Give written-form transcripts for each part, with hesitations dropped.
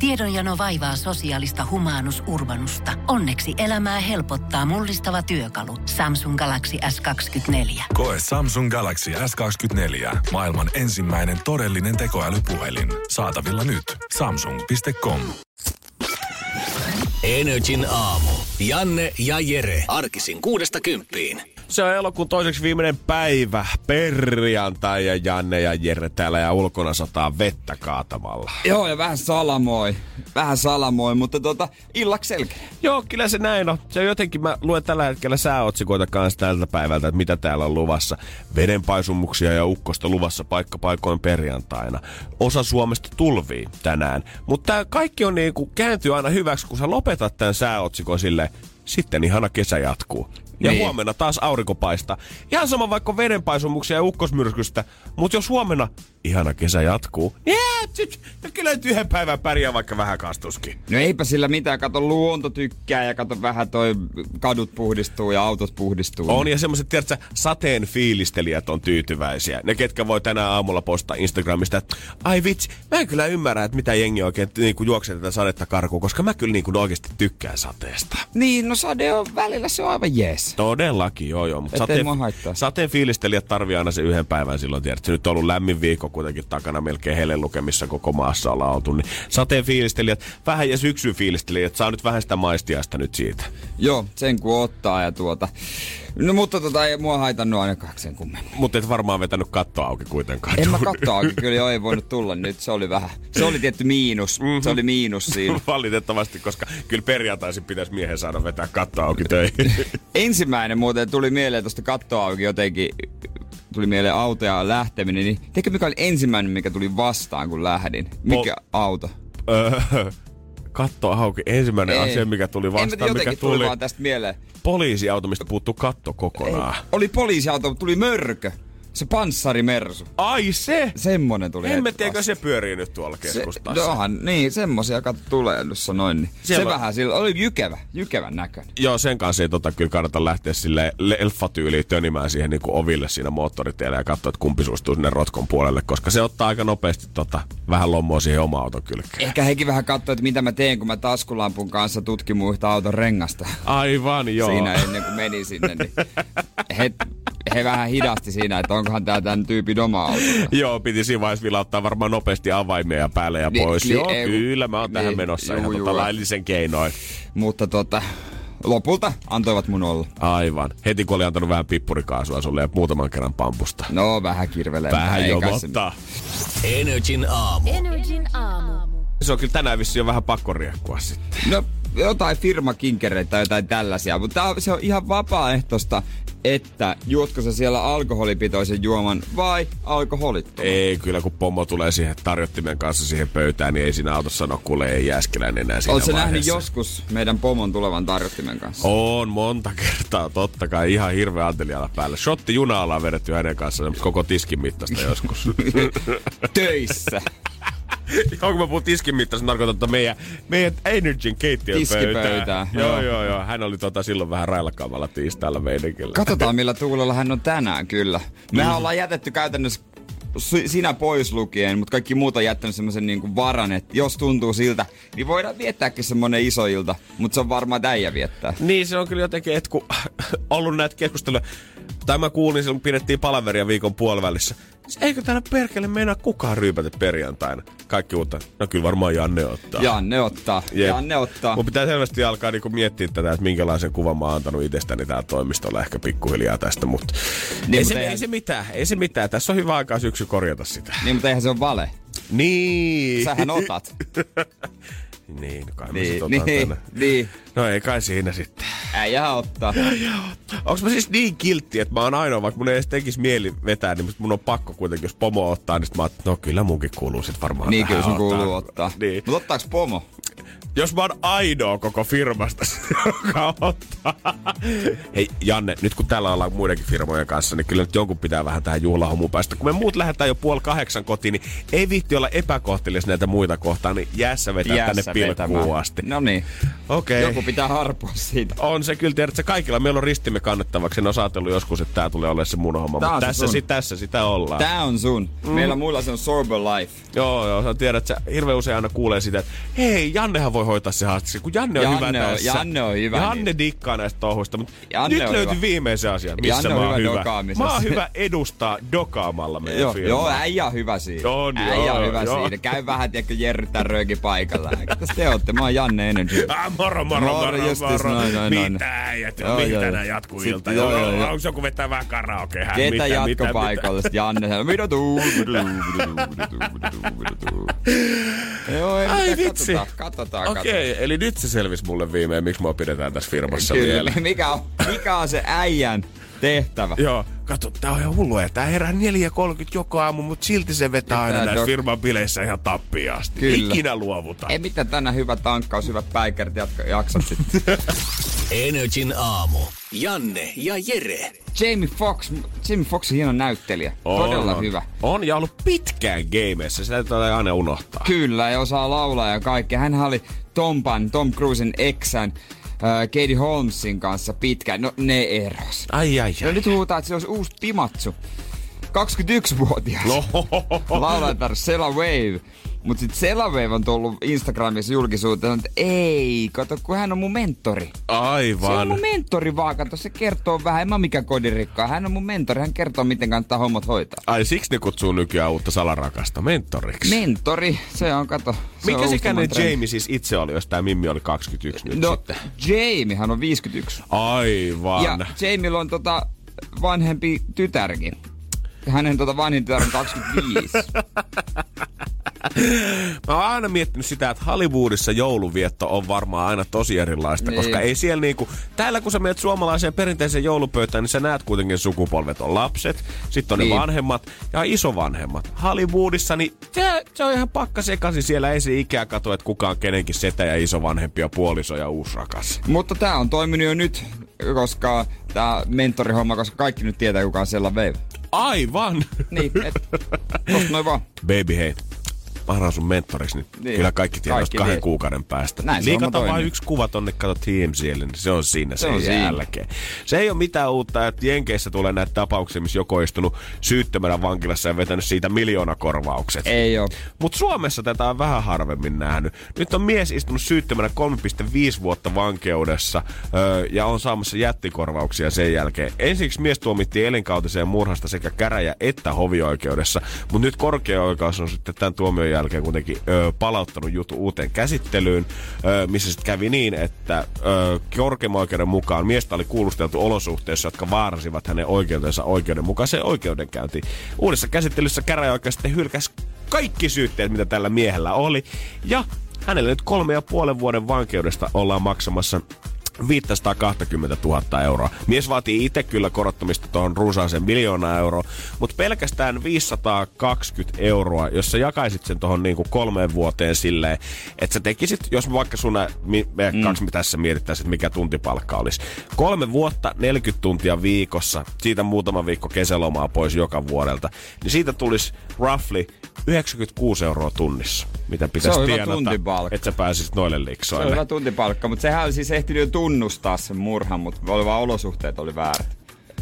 Tiedonjano vaivaa sosiaalista humanus urbanusta. Onneksi elämää helpottaa mullistava työkalu. Samsung Galaxy S24. Koe Samsung Galaxy S24. Maailman ensimmäinen todellinen tekoälypuhelin. Saatavilla nyt. Samsung.com. NRJ:n aamu. Janne ja Jere. Arkisin 6–10. Se on elokuun toiseksi viimeinen päivä, perjantai, ja Janne ja Jere täällä ja ulkona sataa vettä kaatamalla. Joo, ja vähän salamoi, mutta illaksi selkeä. Joo, kyllä se näin on. Se on jotenkin, mä luen tällä hetkellä sääotsikoita kanssa tältä päivältä, että mitä täällä on luvassa. Vedenpaisumuksia ja ukkosta luvassa paikkapaikoin perjantaina. Osa Suomesta tulvii tänään. Mutta tää kaikki on niinku kääntyy aina hyväksi, kun sä lopetat tämän sääotsikon silleen, sitten ihana kesä jatkuu. Ja niin. Huomenna taas aurinko paistaa. Ihan sama vaikka vedenpaisumuksia ja ukkosmyrskystä, mutta jos huomenna ihana kesä jatkuu, niin kyllä nyt yhden päivän pärjää vaikka vähän kastuskin. No eipä sillä mitään, kato luonto tykkää ja kato vähän toi kadut puhdistuu ja autot puhdistuu. On ja semmoset, tiedätkö, sateen fiilistelijät on tyytyväisiä. Ne, ketkä voi tänään aamulla postaa Instagramista, että ai vitsi, mä en kyllä ymmärrä, että mitä jengi oikein niinku juoksee tätä sadetta karkuun, koska mä kyllä niinku oikeasti tykkään sateesta. Niin, no sade on välillä, se on aivan jees. Todellakin, joo. Mutta sateen fiilistelijät tarvii aina se yhden päivän silloin, tiedätkö. Nyt on ollut lämmin viikko kuitenkin takana, melkein hellen lukemissa koko maassa ollaan oltu. Niin sateen fiilistelijät, vähän ja syksyn fiilistelijät, saa nyt vähän sitä maistiasta nyt siitä. Joo, sen kun ottaa ja No mutta ei mua haitannut ainakaan sen kummemmin. Mutta et varmaan vetänyt kattoa auki kuitenkaan. En mä kattoa auki, kyllä joo, ei voinut tulla nyt. Se oli vähän, se oli tietty miinus. Se oli miinus siinä. Valitettavasti, koska kyllä perjantaisin pitäisi miehen saada vetää kattoa auki töihin. Ensimmäinen muuten tuli mieleen tuosta kattoa auki jotenkin, tuli mieleen auto ja lähteminen. Niin tiedätkö mikä oli ensimmäinen, mikä tuli vastaan kun lähdin? Mikä auto? Katto auki. Ensimmäinen asia, mikä tuli vastaan, mikä tuli vaan tästä mieleen. Poliisiauto, mistä puuttuu katto kokonaan. Oli poliisiauto, tuli mörkö. Se panssarimersu. Ai se? Semmonen tuli. Hemmettiinkö se pyörii nyt tuolla keskustassa? Niin, semmosia tulee, jos sanoin. Niin. Se vähän sillä oli jykevän näköinen. Joo, sen kanssa ei kyllä kannata lähteä sille elfatyyliin tönimään siihen niin kuin oville siinä moottoriteellä ja katsoa, että kumpi suostuu sinne rotkon puolelle, koska se ottaa aika nopeasti vähän lommoa siihen oma auton kylkeen. Ehkä hekin vähän katsoo, että mitä mä teen, kun mä taskulampun kanssa tutkin muista auton rengasta. Aivan, joo. Siinä ennen kuin meni sinne, niin he vähän hidasti siinä, että onkohan tää tämän tyypin oma auto. Joo, piti siinä vaiheessa vilauttaa varmaan nopeasti avaimia päälle ja pois. Joo, kyllä, mä oon tähän menossa ihan laillisen keinoin. Mutta lopulta antoivat mun olla. Aivan. Heti kun oli antanut vähän pippurikaasua sulle ja muutaman kerran pampusta. No, vähän kirvelee. Vähän jomottaa. NRJ:n aamu. Se on kyllä tänään vissiin jo vähän pakko riekkua sitten. No, jotain firmakinkereitä tai jotain tällaisia, mutta se on ihan vapaaehtoista, että juotko sä siellä alkoholipitoisen juoman vai alkoholittoman? Ei, kyllä kun pommo tulee siihen tarjottimen kanssa siihen pöytään, niin ei siinä autossa sano, kuule ei Jääskeläinen enää siinä vaiheessa. Oletko nähnyt joskus meidän pomon tulevan tarjottimen kanssa? On monta kertaa, totta kai, ihan hirveä antelijalla päällä. Shotti juna ollaan vedetty hänen kanssaan, koko tiskin mittaista joskus. Töissä. Joo, kun mä puhun tiskin mittaista, tarkoitan, että meidän NRJ:n keittiön tiskipöytää. Joo. Hän oli silloin vähän railakkaamalla tiistailla meininkin. Katsotaan millä tuulella hän on tänään kyllä. Mehän ollaan jätetty käytännössä sinä pois lukien, mutta kaikki muut on jättänyt semmoisen niin varan, että jos tuntuu siltä, niin voidaan viettääkin semmonen iso ilta, mutta se on varmaan äijä viettää. Niin, se on kyllä jotenkin, että kun ollut näitä keskusteluja, tai mä kuulin, silloin pidettiin palaveria viikon puolivälissä. Eikö täällä perkele meinaa kukaan ryypätä perjantaina? Kaikki uutta. No kyllä varmaan Janne ottaa. Janne ottaa. Mun pitää selvästi alkaa niinku miettiä tätä, että minkälaisen kuvan mä oon antanut itsestäni täällä toimistolla ehkä pikkuhiljaa tästä, mutta niin, ei se mitään. Tässä on hyvä aikaa syksy korjata sitä. Niin, mutta eihän se ole vale. Niin. Sähän otat. Niin, kai mä sit otan tänne. Niin. No ei kai siinä sitten. Äijä ottaa. Onks mä siis niin kiltti, että mä oon ainoa, vaikka mun ei edes tekis mieli vetää, niin mun on pakko kuitenkin, jos pomo ottaa, niin sit mä oon, no kyllä munkin kuuluu sit varmaan niin, kyllä sun kuuluu ottaa. Niin. Mut ottaaks pomo? Jos mä oon ainoa koko firmasta, joka ottaa. Hei Janne, nyt kun täällä ollaan muidenkin firmojen kanssa, niin kyllä nyt jonkun pitää vähän tähän juhlahomuun päästä. Kun me muut lähdetään jo 7:30 kotiin, niin ei viitti olla epäkohtelias näitä muita kohtaan, niin jäässä vetää tänne pilkkuun asti. No niin. Okei. Joku pitää harpua siitä. On se kyllä, tiedätkö, kaikilla meillä on ristimme kannettavaksi. En ole ajatellut joskus, että tää tulee olemaan se mun homma. Mutta tässä sitä ollaan. Tää on sun. Meillä muilla se on sober life. Joo, sä tiedät, että hirveän usein aina kuulee sitä, että hei, Jannehan voi hoitaa se haasteeksi, kun Janne on hyvä tässä. Janne on hyvä. Janne dikkaa näistä touhuista, mutta nyt löytyi viimeisen asian, missä mä oon hyvä. Mä oon hyvä edustaa dokaamalla meidän firmaa. Joo, äijä on hyvä siinä. Äijä on hyvä siinä. Käy vähän, tiedätkö, jerryttää röökin paikalla. Ketäs te ootte? Mä oon Janne Energy. Moro. Mitä äijät? Miltä nää jatkuu ilta? Onks joku vetää vähän karaokea? Ketä jatko paikalle? Janne sanoo, mitä tuu? Ai vitsi. Katsotaan. Okei, eli nyt se selvisi mulle viimein, miksi mua pidetään tässä firmassa vielä. Mikä on se äijän tehtävä? Joo, kato, tää on ihan hullua. Tää herää 4:30 joka aamu, mut silti se vetää aina näissä firman bileissä ihan tappiaasti. Kyllä. Ikinä luovuta. Ei mitään, tänään hyvä tankkaus, hyvät päikkärit, jaksat sitten. Energin aamu. Janne ja Jere. Jamie Foxx on hieno näyttelijä. Todella hyvä. On ja ollut pitkään gameissa, sitä täytyy aina unohtaa. Kyllä, ja osaa laulaa ja kaikkea. Hänhän oli Tom Cruisen eksän Katie Holmesin kanssa pitkään. No, ne eros. Ai. No nyt huutaa, että se olisi uusi Pimatsu. 21-vuotias. No. Laulajatar Sela Wave. Mut sit Sela Wave on tullut Instagramissa julkisuuteen, että ei, kato, kun hän on mun mentori. Aivan. Se on mun mentori vaan, kato, se kertoo vähän, en mä mikään kodirikkaa. Hän on mun mentori, hän kertoo, miten kannattaa hommat hoitaa. Ai, siksi ne kutsuu nykyään uutta salarakasta mentoriksi. Mentori, se on, kato. Mikä se ikäinen Jamie siis itse oli, jos tää Mimmi oli 21 nyt sitten? Jamiehan on 51. Aivan. Ja Jamiella on vanhempi tytärkin. Hänen vanhin tytär on 25. Mä oon aina miettinyt sitä, että Hollywoodissa jouluvietto on varmaan aina tosi erilaista, koska ei siellä niinku... Täällä kun sä menet suomalaiseen perinteiseen joulupöytään, niin sä näet kuitenkin sukupolvet on lapset, sitten on ne vanhemmat ja isovanhemmat. Hollywoodissa, niin se on ihan pakka sekaisin. Siellä ei se ikää kato, että kuka on kenenkin setä ja isovanhempi ja puoliso ja uusi rakas. Mutta tää on toiminut jo nyt, koska tää mentorihomma, koska kaikki nyt tietää, kuka on Sela Wave. Aivan! Niin, tosta noin vaan. Baby, hei. Mä haluan sun mentoriksi nyt. Niin. Kyllä kaikki tiedät 2 kuukauden päästä. Liikata vaan yksi kuva tonne, kato TMClle, niin se on siinä sen jälkeen. Se ei ole mitään uutta, että Jenkeissä tulee näitä tapauksia, missä joku on istunut syyttömänä vankilassa ja vetänyt siitä miljoonakorvaukset. Ei oo. Mut Suomessa tätä on vähän harvemmin nähnyt. Nyt on mies istunut syyttömänä 3,5 vuotta vankeudessa ja on saamassa jättikorvauksia sen jälkeen. Ensiksi mies tuomittiin elinkautiseen murhasta sekä käräjä- että hovioikeudessa, mutta nyt korkea-oikeus on sitten tämän tuomion jälkeen kuitenkin palauttanut juttu uuteen käsittelyyn, missä sitten kävi niin, että korkeimman oikeuden mukaan miestä oli kuulusteltu olosuhteissa, jotka vaarasivat hänen oikeutensa oikeudenmukaiseen oikeudenkäyntiin. Uudessa käsittelyssä käräjäoikeus sitten hylkäsi kaikki syytteet, mitä tällä miehellä oli, ja hänelle nyt 3,5 vuoden vankeudesta ollaan maksamassa 520 000 euroa. Mies vaatii itse kyllä korottamista tuohon runsaaseen 1 miljoonaa euroa, mutta pelkästään 520 euroa, jos sä jakaisit sen tuohon niinku 3 vuoteen silleen, että sä tekisit, jos vaikka sun kaksi tässä mietittäisiin, mikä tuntipalkka olisi. 3 vuotta, 40 tuntia viikossa, siitä muutama viikko kesälomaa pois joka vuodelta, niin siitä tulisi roughly 96 euroa tunnissa, mitä pitäisi tienata, että sä pääsisit noille liksoille. Se on hyvä tuntipalkka, mutta sehän oli siis ehtinyt jo tunnustaa sen murhan, mutta vaan olosuhteet oli väärät.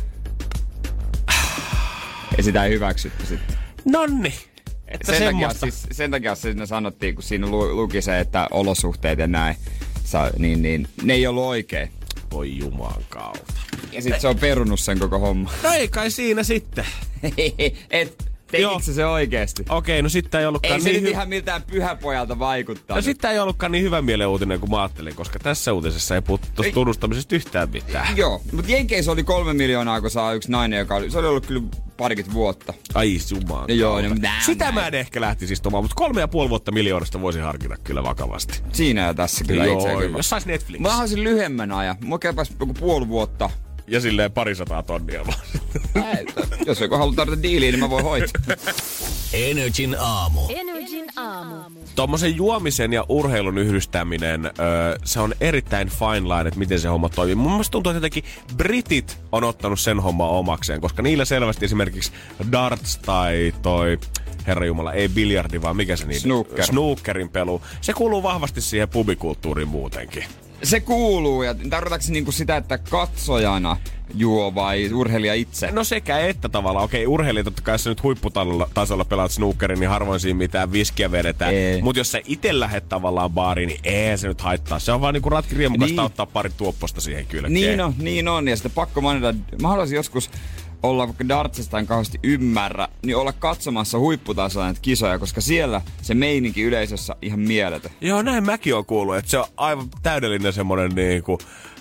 Ja sitä ei hyväksytty sitten. Nonni. Sen takia siinä sanottiin, kun siinä luki se, että olosuhteet ja näin, niin ne ei ollut oikein. Voi juman kautta. Ja sit se on perunut sen koko homma. No ei kai siinä sitten. Tekikö se oikeesti? Okei, no sitten ei ollutkaan ei se nyt ihan miltään pyhäpojalta vaikuttaa. No sitten ei ollutkaan niin hyvä mielen uutinen kuin mä ajattelin, koska tässä uutisessa ei puhuttu tuosta tunnustamisesta yhtään mitään. Joo, mutta Jenkeissä oli 3 miljoonaa, kun saa yksi nainen, joka oli, se oli ollut kyllä parikymmentä vuotta. Ai juman. Joo, no, sitä mä en ehkä lähtisi istumaan, mutta 3,5 miljoonasta voisi harkita kyllä vakavasti. Siinä ja tässä kyllä itse. Joo, jos sais Netflix. Mä haluaisin lyhyemmän ajan. Mä kelpaisi joku 5 vuotta. Ja silleen 200 tonnia vaan. Jos joku haluaa tarvita diiliä, niin mä voin hoitaa. Energin aamu. Tuommoisen juomisen ja urheilun yhdistäminen, se on erittäin fine line, että miten se homma toimii. Mun mielestä tuntuu, että jotenkin britit on ottanut sen homman omakseen, koska niillä selvästi esimerkiksi darts tai toi, herranjumala, ei biljardi, vaan mikä se niitä? Snooker. Snookerin pelu. Se kuuluu vahvasti siihen pubikulttuuriin muutenkin. Se kuuluu, ja tarkoitatko se niinku sitä, että katsojana juo vai urheilija itse? No sekä että tavallaan. Okei, urheilija totta kai, jos sä nyt huipputasolla pelaat snookerin, niin harvoin siinä mitään viskiä vedetään. Mutta jos sä ite lähet tavallaan baariin, niin ei se nyt haittaa. Se on vaan niinku ratkiriemukasta ottaa pari tuopposta siihen kylkeen. Niin on. Ja sitten pakko mainita, mä haluaisin joskus olla, vaikka dartsista en kauheasti ymmärrä, niin olla katsomassa huipputasolla näitä kisoja, koska siellä se meininki yleisössä ihan mieletön. Joo, näin mäkin oon kuullut, että se on aivan täydellinen semmonen niinku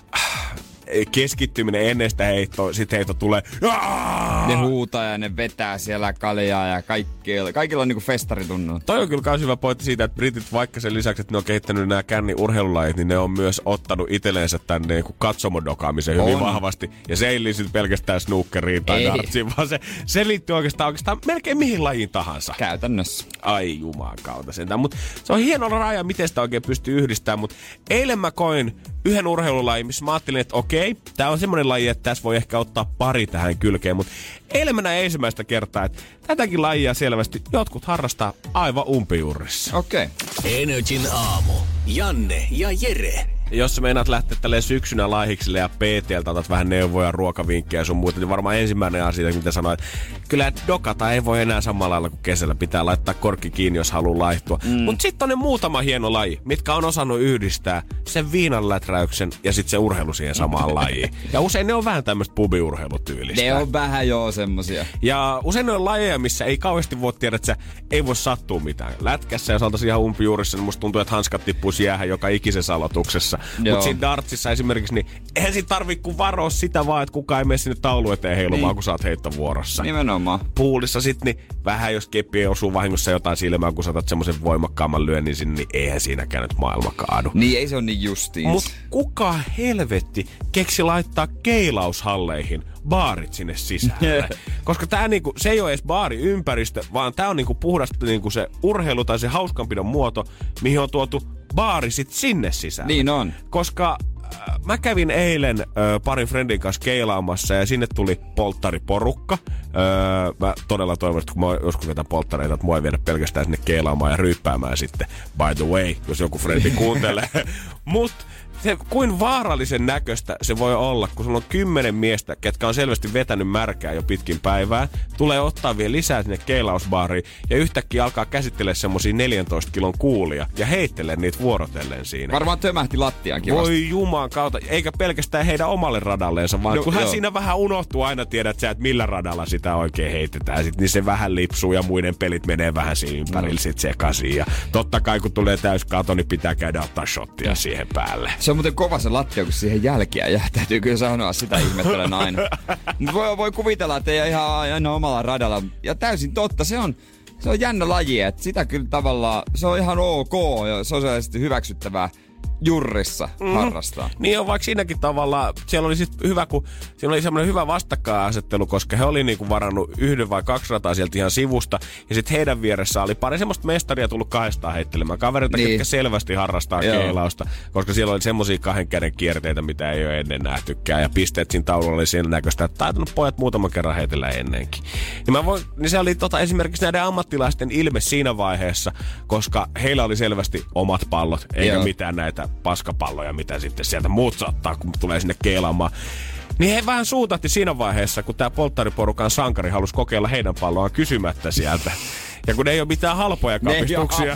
keskittyminen ennen sitä heittoa, sit heitto tulee. Ne huutaa ja ne vetää siellä kaljaa ja kaikilla on niinku festaritunnella. Toi on kyllä kans hyvä pointti siitä, että britit vaikka sen lisäksi, että ne on kehittänyt nämä känni-urheilulajit, niin ne on myös ottanut itselleensä tän niinku katsomodokaamisen hyvin vahvasti. Ja se ei liity pelkästään snookeriin tai dartsiin, vaan se liittyy oikeastaan melkein mihin lajiin tahansa. Käytännössä. Ai jumakauta sentään. Mut se on hieno raja, miten sitä oikein pystyy yhdistämään. Mut eilen mä koin yhden urheilulajin, missä mä ajattelin, että okei, tää on semmonen laji, että tässä voi ehkä ottaa pari tähän kylkeen, mutta eilen mä näin ensimmäistä kertaa, että tätäkin lajia selvästi jotkut harrastaa aivan umpijuurissa. Okei. Energin aamu. Janne ja Jere. Jos sä meinaat lähteä tälleen syksynä laihiksille ja PT:ltä otat vähän neuvoja, ruokavinkkejä ja sun muuta, niin varmaan ensimmäinen asia, mitä sanoit, kyllä dokata ei voi enää samalla lailla kuin kesällä. Pitää laittaa korkki kiinni, jos haluaa laihtua. Mutta sitten on ne muutama hieno laji, mitkä on osannut yhdistää sen viinanläträyksen ja sitten se urheilu siihen samaan lajiin. Ja usein ne on vähän tämmöistä pubiurheilutyylistä. Ne on vähän semmosia. Ja usein ne on lajeja, missä ei kauheasti voi tiedä, että se ei voi sattua mitään. Lätkässä, jos oltaisiin ihan umpijuurissa, niin musta tuntuu, että hanskat tippuisi jäähän joka ikisessä aloituksessa. Mutta siinä dartsissa esimerkiksi, niin eihän siinä tarvitse kuin varoa sitä vaan, että kukaan ei mene sinne taulu eteen heilumaan, kun sä oot heittovuorossa. Nimenomaan. Puulissa sit, niin vähän jos keppi osuu vahingossa jotain silmään, kun sä otat semmoisen voimakkaamman lyönnin sinne, niin eihän siinäkään nyt maailma kaadu. Niin, ei se ole niin justiis. Mut kuka helvetti keksi laittaa keilaushalleihin baarit sinne sisälle? Koska tää niinku, se ei ole edes baariympäristö, vaan tää on niinku puhdasta niinku se urheilu tai se hauskanpidon muoto, mihin on tuotu baari sit sinne sisään. Niin on. Koska mä kävin eilen parin friendin kanssa keilaamassa ja sinne tuli polttariporukka. Mä todella toivon, että kun mä joskus vetän polttareita, että mua ei viedä pelkästään sinne keilaamaan ja ryyppäämään sitten. By the way, jos joku frendi kuuntelee. Mut se, kuin vaarallisen näköistä se voi olla, kun sulla on 10 miestä, ketkä on selvästi vetänyt märkää jo pitkin päivää, tulee ottaa vielä lisää sinne keilausbaariin ja yhtäkkiä alkaa käsittelee semmosia 14 kilon kuulia ja heittelee niitä vuorotellen siinä. Varmaan tömähti lattiaankin vasta. Voi juman kautta, eikä pelkästään heidän omalle radalleensa, vaan kun hän siinä vähän unohtuu, aina tiedät sä, että millä radalla sitä oikein heitetään. Sitten niin se vähän lipsuu ja muiden pelit menee vähän siinä ympärillä sit sekaisin. Ja totta kai kun tulee täys kato, niin pitää käydä ottaa shottia siihen päälle. Se on muuten kova se lattia, kun siihen jälkiä jää. Täytyy kyllä sanoa, sitä ihmettelen aina. Mutta voi kuvitella, että ei ihan aina omalla radalla. Ja täysin totta, se on jännä laji, että sitä kyllä tavallaan, se on ihan ok ja sosiaalisesti hyväksyttävää jurrissa harrastaa. Niin on, vaikka siinäkin tavalla, siellä oli sit hyvä, kun siellä oli semmoinen hyvä vastakkainasettelu, koska he oli niinku varannut 1 vai 2 rataa sieltä ihan sivusta, ja sitten heidän vieressä oli pari semmoista mestaria tullut 200 heittelemään kavereita, ketkä selvästi harrastaa keilausta, koska siellä oli semmosia 2 käden kierteitä, mitä ei ole ennen nähtykään, ja pisteet siinä taululla oli siinä näköistä, että taitanut pojat muutaman kerran heitellä ennenkin. Niin se oli esimerkiksi näiden ammattilaisten ilme siinä vaiheessa, koska heillä oli selvästi omat pallot, eikä mitään näitä paskapalloja, mitä sitten sieltä muut saattaa, kun tulee sinne keilaamaan. Niin he vähän suutahti siinä vaiheessa, kun tää polttariporukan sankari halusi kokeilla heidän palloaan kysymättä sieltä. Ja kun ei ole mitään halpoja kapistuksia.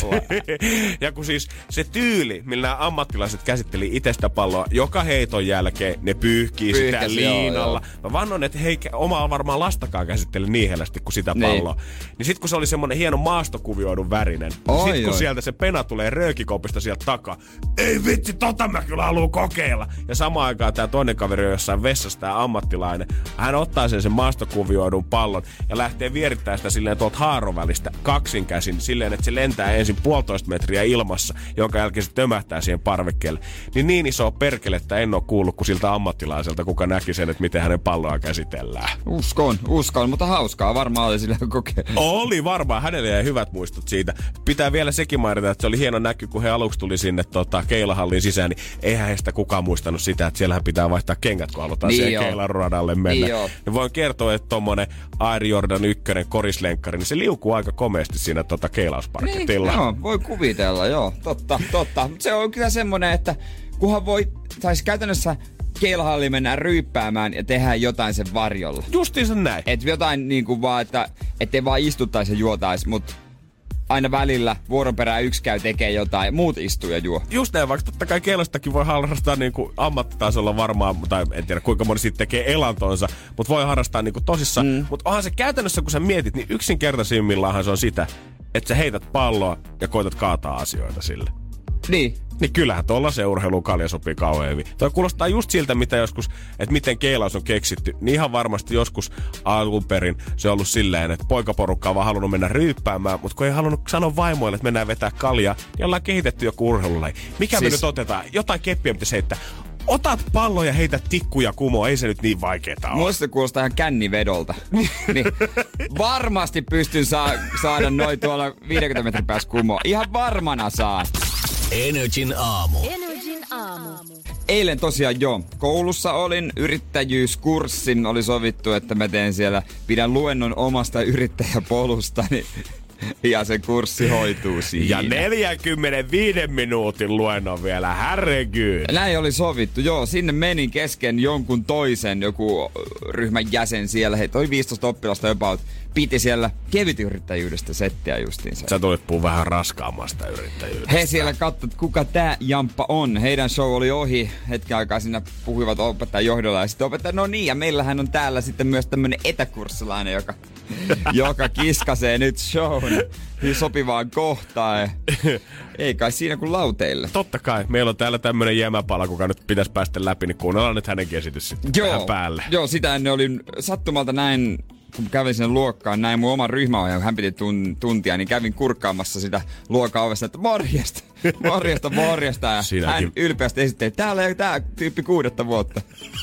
Ja kun siis se tyyli, millä nämä ammattilaiset käsitteli itsestä palloa, joka heiton jälkeen ne pyyhkii sitä liinalla. Mä vannon, että he omaa varmaan lastakaan käsitteli niin hellästi kuin sitä palloa. Niin sit kun se oli semmonen hieno maastokuvioidun värinen, sit kun sieltä se pena tulee röökikopista sieltä takaa, ei vitsi, mä kyllä haluun kokeilla. Ja samaan aikaan tää toinen kaveri on jossain vessassa, tää ammattilainen. Hän ottaa sen maastokuvioidun pallon ja lähtee vierittämään sitä silleen tuolta haarovälistä kaksinkäsin silleen, että se lentää ensin 1,5 metriä ilmassa, jonka jälkeen se tömähtää siihen parvekkeelle. Niin iso perkelettä en oo kuullut kuin siltä ammattilaiselta, kuka näki sen, että miten hänen palloa käsitellään. Uskon, mutta hauskaa varmaan oli sillä kokeilla. Oli varmaan, hänelle jäi hyvät muistot siitä. Pitää vielä sekin mainita, että se oli hieno näky, kun he aluksi tuli sinne keilahallin sisään, niin eihän heistä kukaan muistanut sitä, että siellähän pitää vaihtaa kengät, kun halutaan siihen keilaradalle mennä. Niin voin kertoa, että tommonen Air Jordan 1 korislenkkari, niin se liukuu aika komeasti siinä keilausparketilla. Niin, voi kuvitella, totta. Se on kyllä semmonen, että kunhan sais käytännössä keilhalliin mennään ryyppäämään ja tehdään jotain sen varjolla. Justiinsa näin. Et jotain niinku vaan, ettei vaan istuttaisi ja juotaisi, mut aina välillä vuoron perään yksi käy tekee jotain ja muut istuu ja juo. Just näin, vaikka totta kai keilastakin voi harrastaa niinku ammattitasolla varmaan, tai en tiedä kuinka moni siitä tekee elantonsa, mutta voi harrastaa niinku tosissaan. Mutta onhan se käytännössä, kun sä mietit, niin yksinkertaisimmillaan se on sitä, että sä heität palloa ja koetat kaataa asioita sille. Niin. Niin kyllähän tuolla se urheilukalja sopii kauhean hyvin. Toi kuulostaa just siltä, mitä joskus, että miten keilaus on keksitty. Niin ihan varmasti joskus alun perin se on ollut silleen, että poikaporukka on vaan halunnut mennä ryyppäämään, mutta kun ei halunnut sanoa vaimoille, että mennään vetää kaljaa, niin ollaan kehitetty joku urheilulaji. Mikä me nyt otetaan? Jotain keppiä pitäisi heittää. Otat pallon ja heität tikkuja kumoon, ei se nyt niin vaikeeta ole. Muista kuulostaa ihan kännivedolta. Niin. Varmasti pystyn saada noin tuolla 50 metrin päässä kumoon. Ihan varmana saan. Energin aamu. Eilen tosiaan koulussa olin yrittäjyyskurssin. Oli sovittu, että mä pidän luennon omasta yrittäjäpolustani. Ja se kurssi hoituu siinä. Ja 45 minuutin luennon vielä, herregud. Näin oli sovittu, sinne menin kesken jonkun toisen, joku ryhmän jäsen siellä. He toi 15 oppilasta about. Piti siellä kevytyrittäjyydestä settiä justiinsa. Sä tulit puhua vähän raskaammasta yrittäjyydestä. He siellä katsoivat, kuka tää jamppa on. Heidän show oli ohi. Hetken aikaa siinä puhuivat opettajan johdolla. Ja sitten opettaja, no niin, ja meillähän on täällä sitten myös tämmönen etäkurssilainen, joka kiskasee nyt shown niin sopivaan kohtaan. Ei kai siinä kuin lauteille. Totta kai. Meillä on täällä tämmönen jämäpala, kuka nyt pitäisi päästä läpi, niin kuunnellaan nyt hänenkin esitys sitten tähän päälle. Joo, sitä ennen olin sattumalta näin, kun kävin sinne luokkaan, näin mun oman ryhmäohjaajan, hän piti tuntia, niin kävin kurkkaamassa sitä luokan ovesta, että morjesta. Ja hän ylpeästi esitti, että täällä ei tää tyyppi 6 vuotta.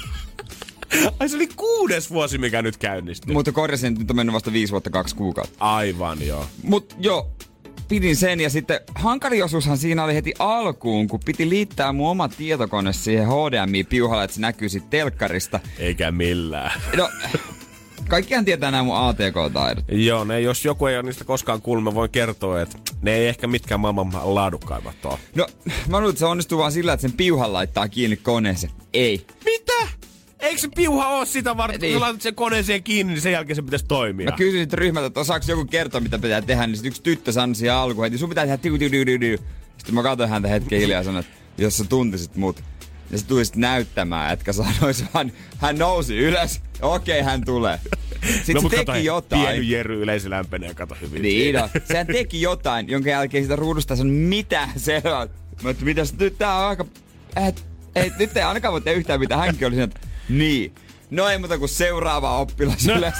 Ai se oli 6. vuosi, mikä nyt käynnistyi. Mutta korjasin, että nyt on mennyt vasta 5 vuotta 2 kuukautta. Aivan, joo. Mut pidin sen ja sitten hankali osuushan siinä oli heti alkuun, kun piti liittää mun oma tietokone siihen HDMI-piuhalle, että se näkyy sit telkkarista. Eikä millään. No, kaikkihan tietää nämä mun ATK-taidot. Joo, jos joku ei ole niistä koskaan kuullut, mä voin kertoa, että ne ei ehkä mitkään maailman laadukkaimmat ole. No, mä luulen, että se onnistuu vaan sillä, että sen piuhan laittaa kiinni koneeseen. Ei. Mitä? Eikö se piuha ole sitä varten, kun sä laitat sen koneeseen kiinni, niin sen jälkeen se pitäisi toimia? Mä kysyin sitten ryhmältä, että osaako joku kertoa, mitä pitää tehdä, niin sit yksi tyttö sanoi siihen alkuun, että sun pitää tehdä tiu. Sitten mä katsoin häntä hetken hiljaa ja sanoin, että jos sä tuntisit mut, ja sä tulisit näyttämään, etkä sanois vaan, hän nousi ylös, okei, hän tulee. Sitten se teki jotain. Pieni Jerry yleisö lämpenee, kato hyvin. Niin, sehän teki jotain, jonka jälkeen sitä ruudusta sanoi, mitä selvä. Mä että mitäs nyt tää on aika... nyt ei ainakaan voi tehdä yhtään mitä hänkin oli siinä, että niin. No ei muuta kuin seuraava oppilas yleensä.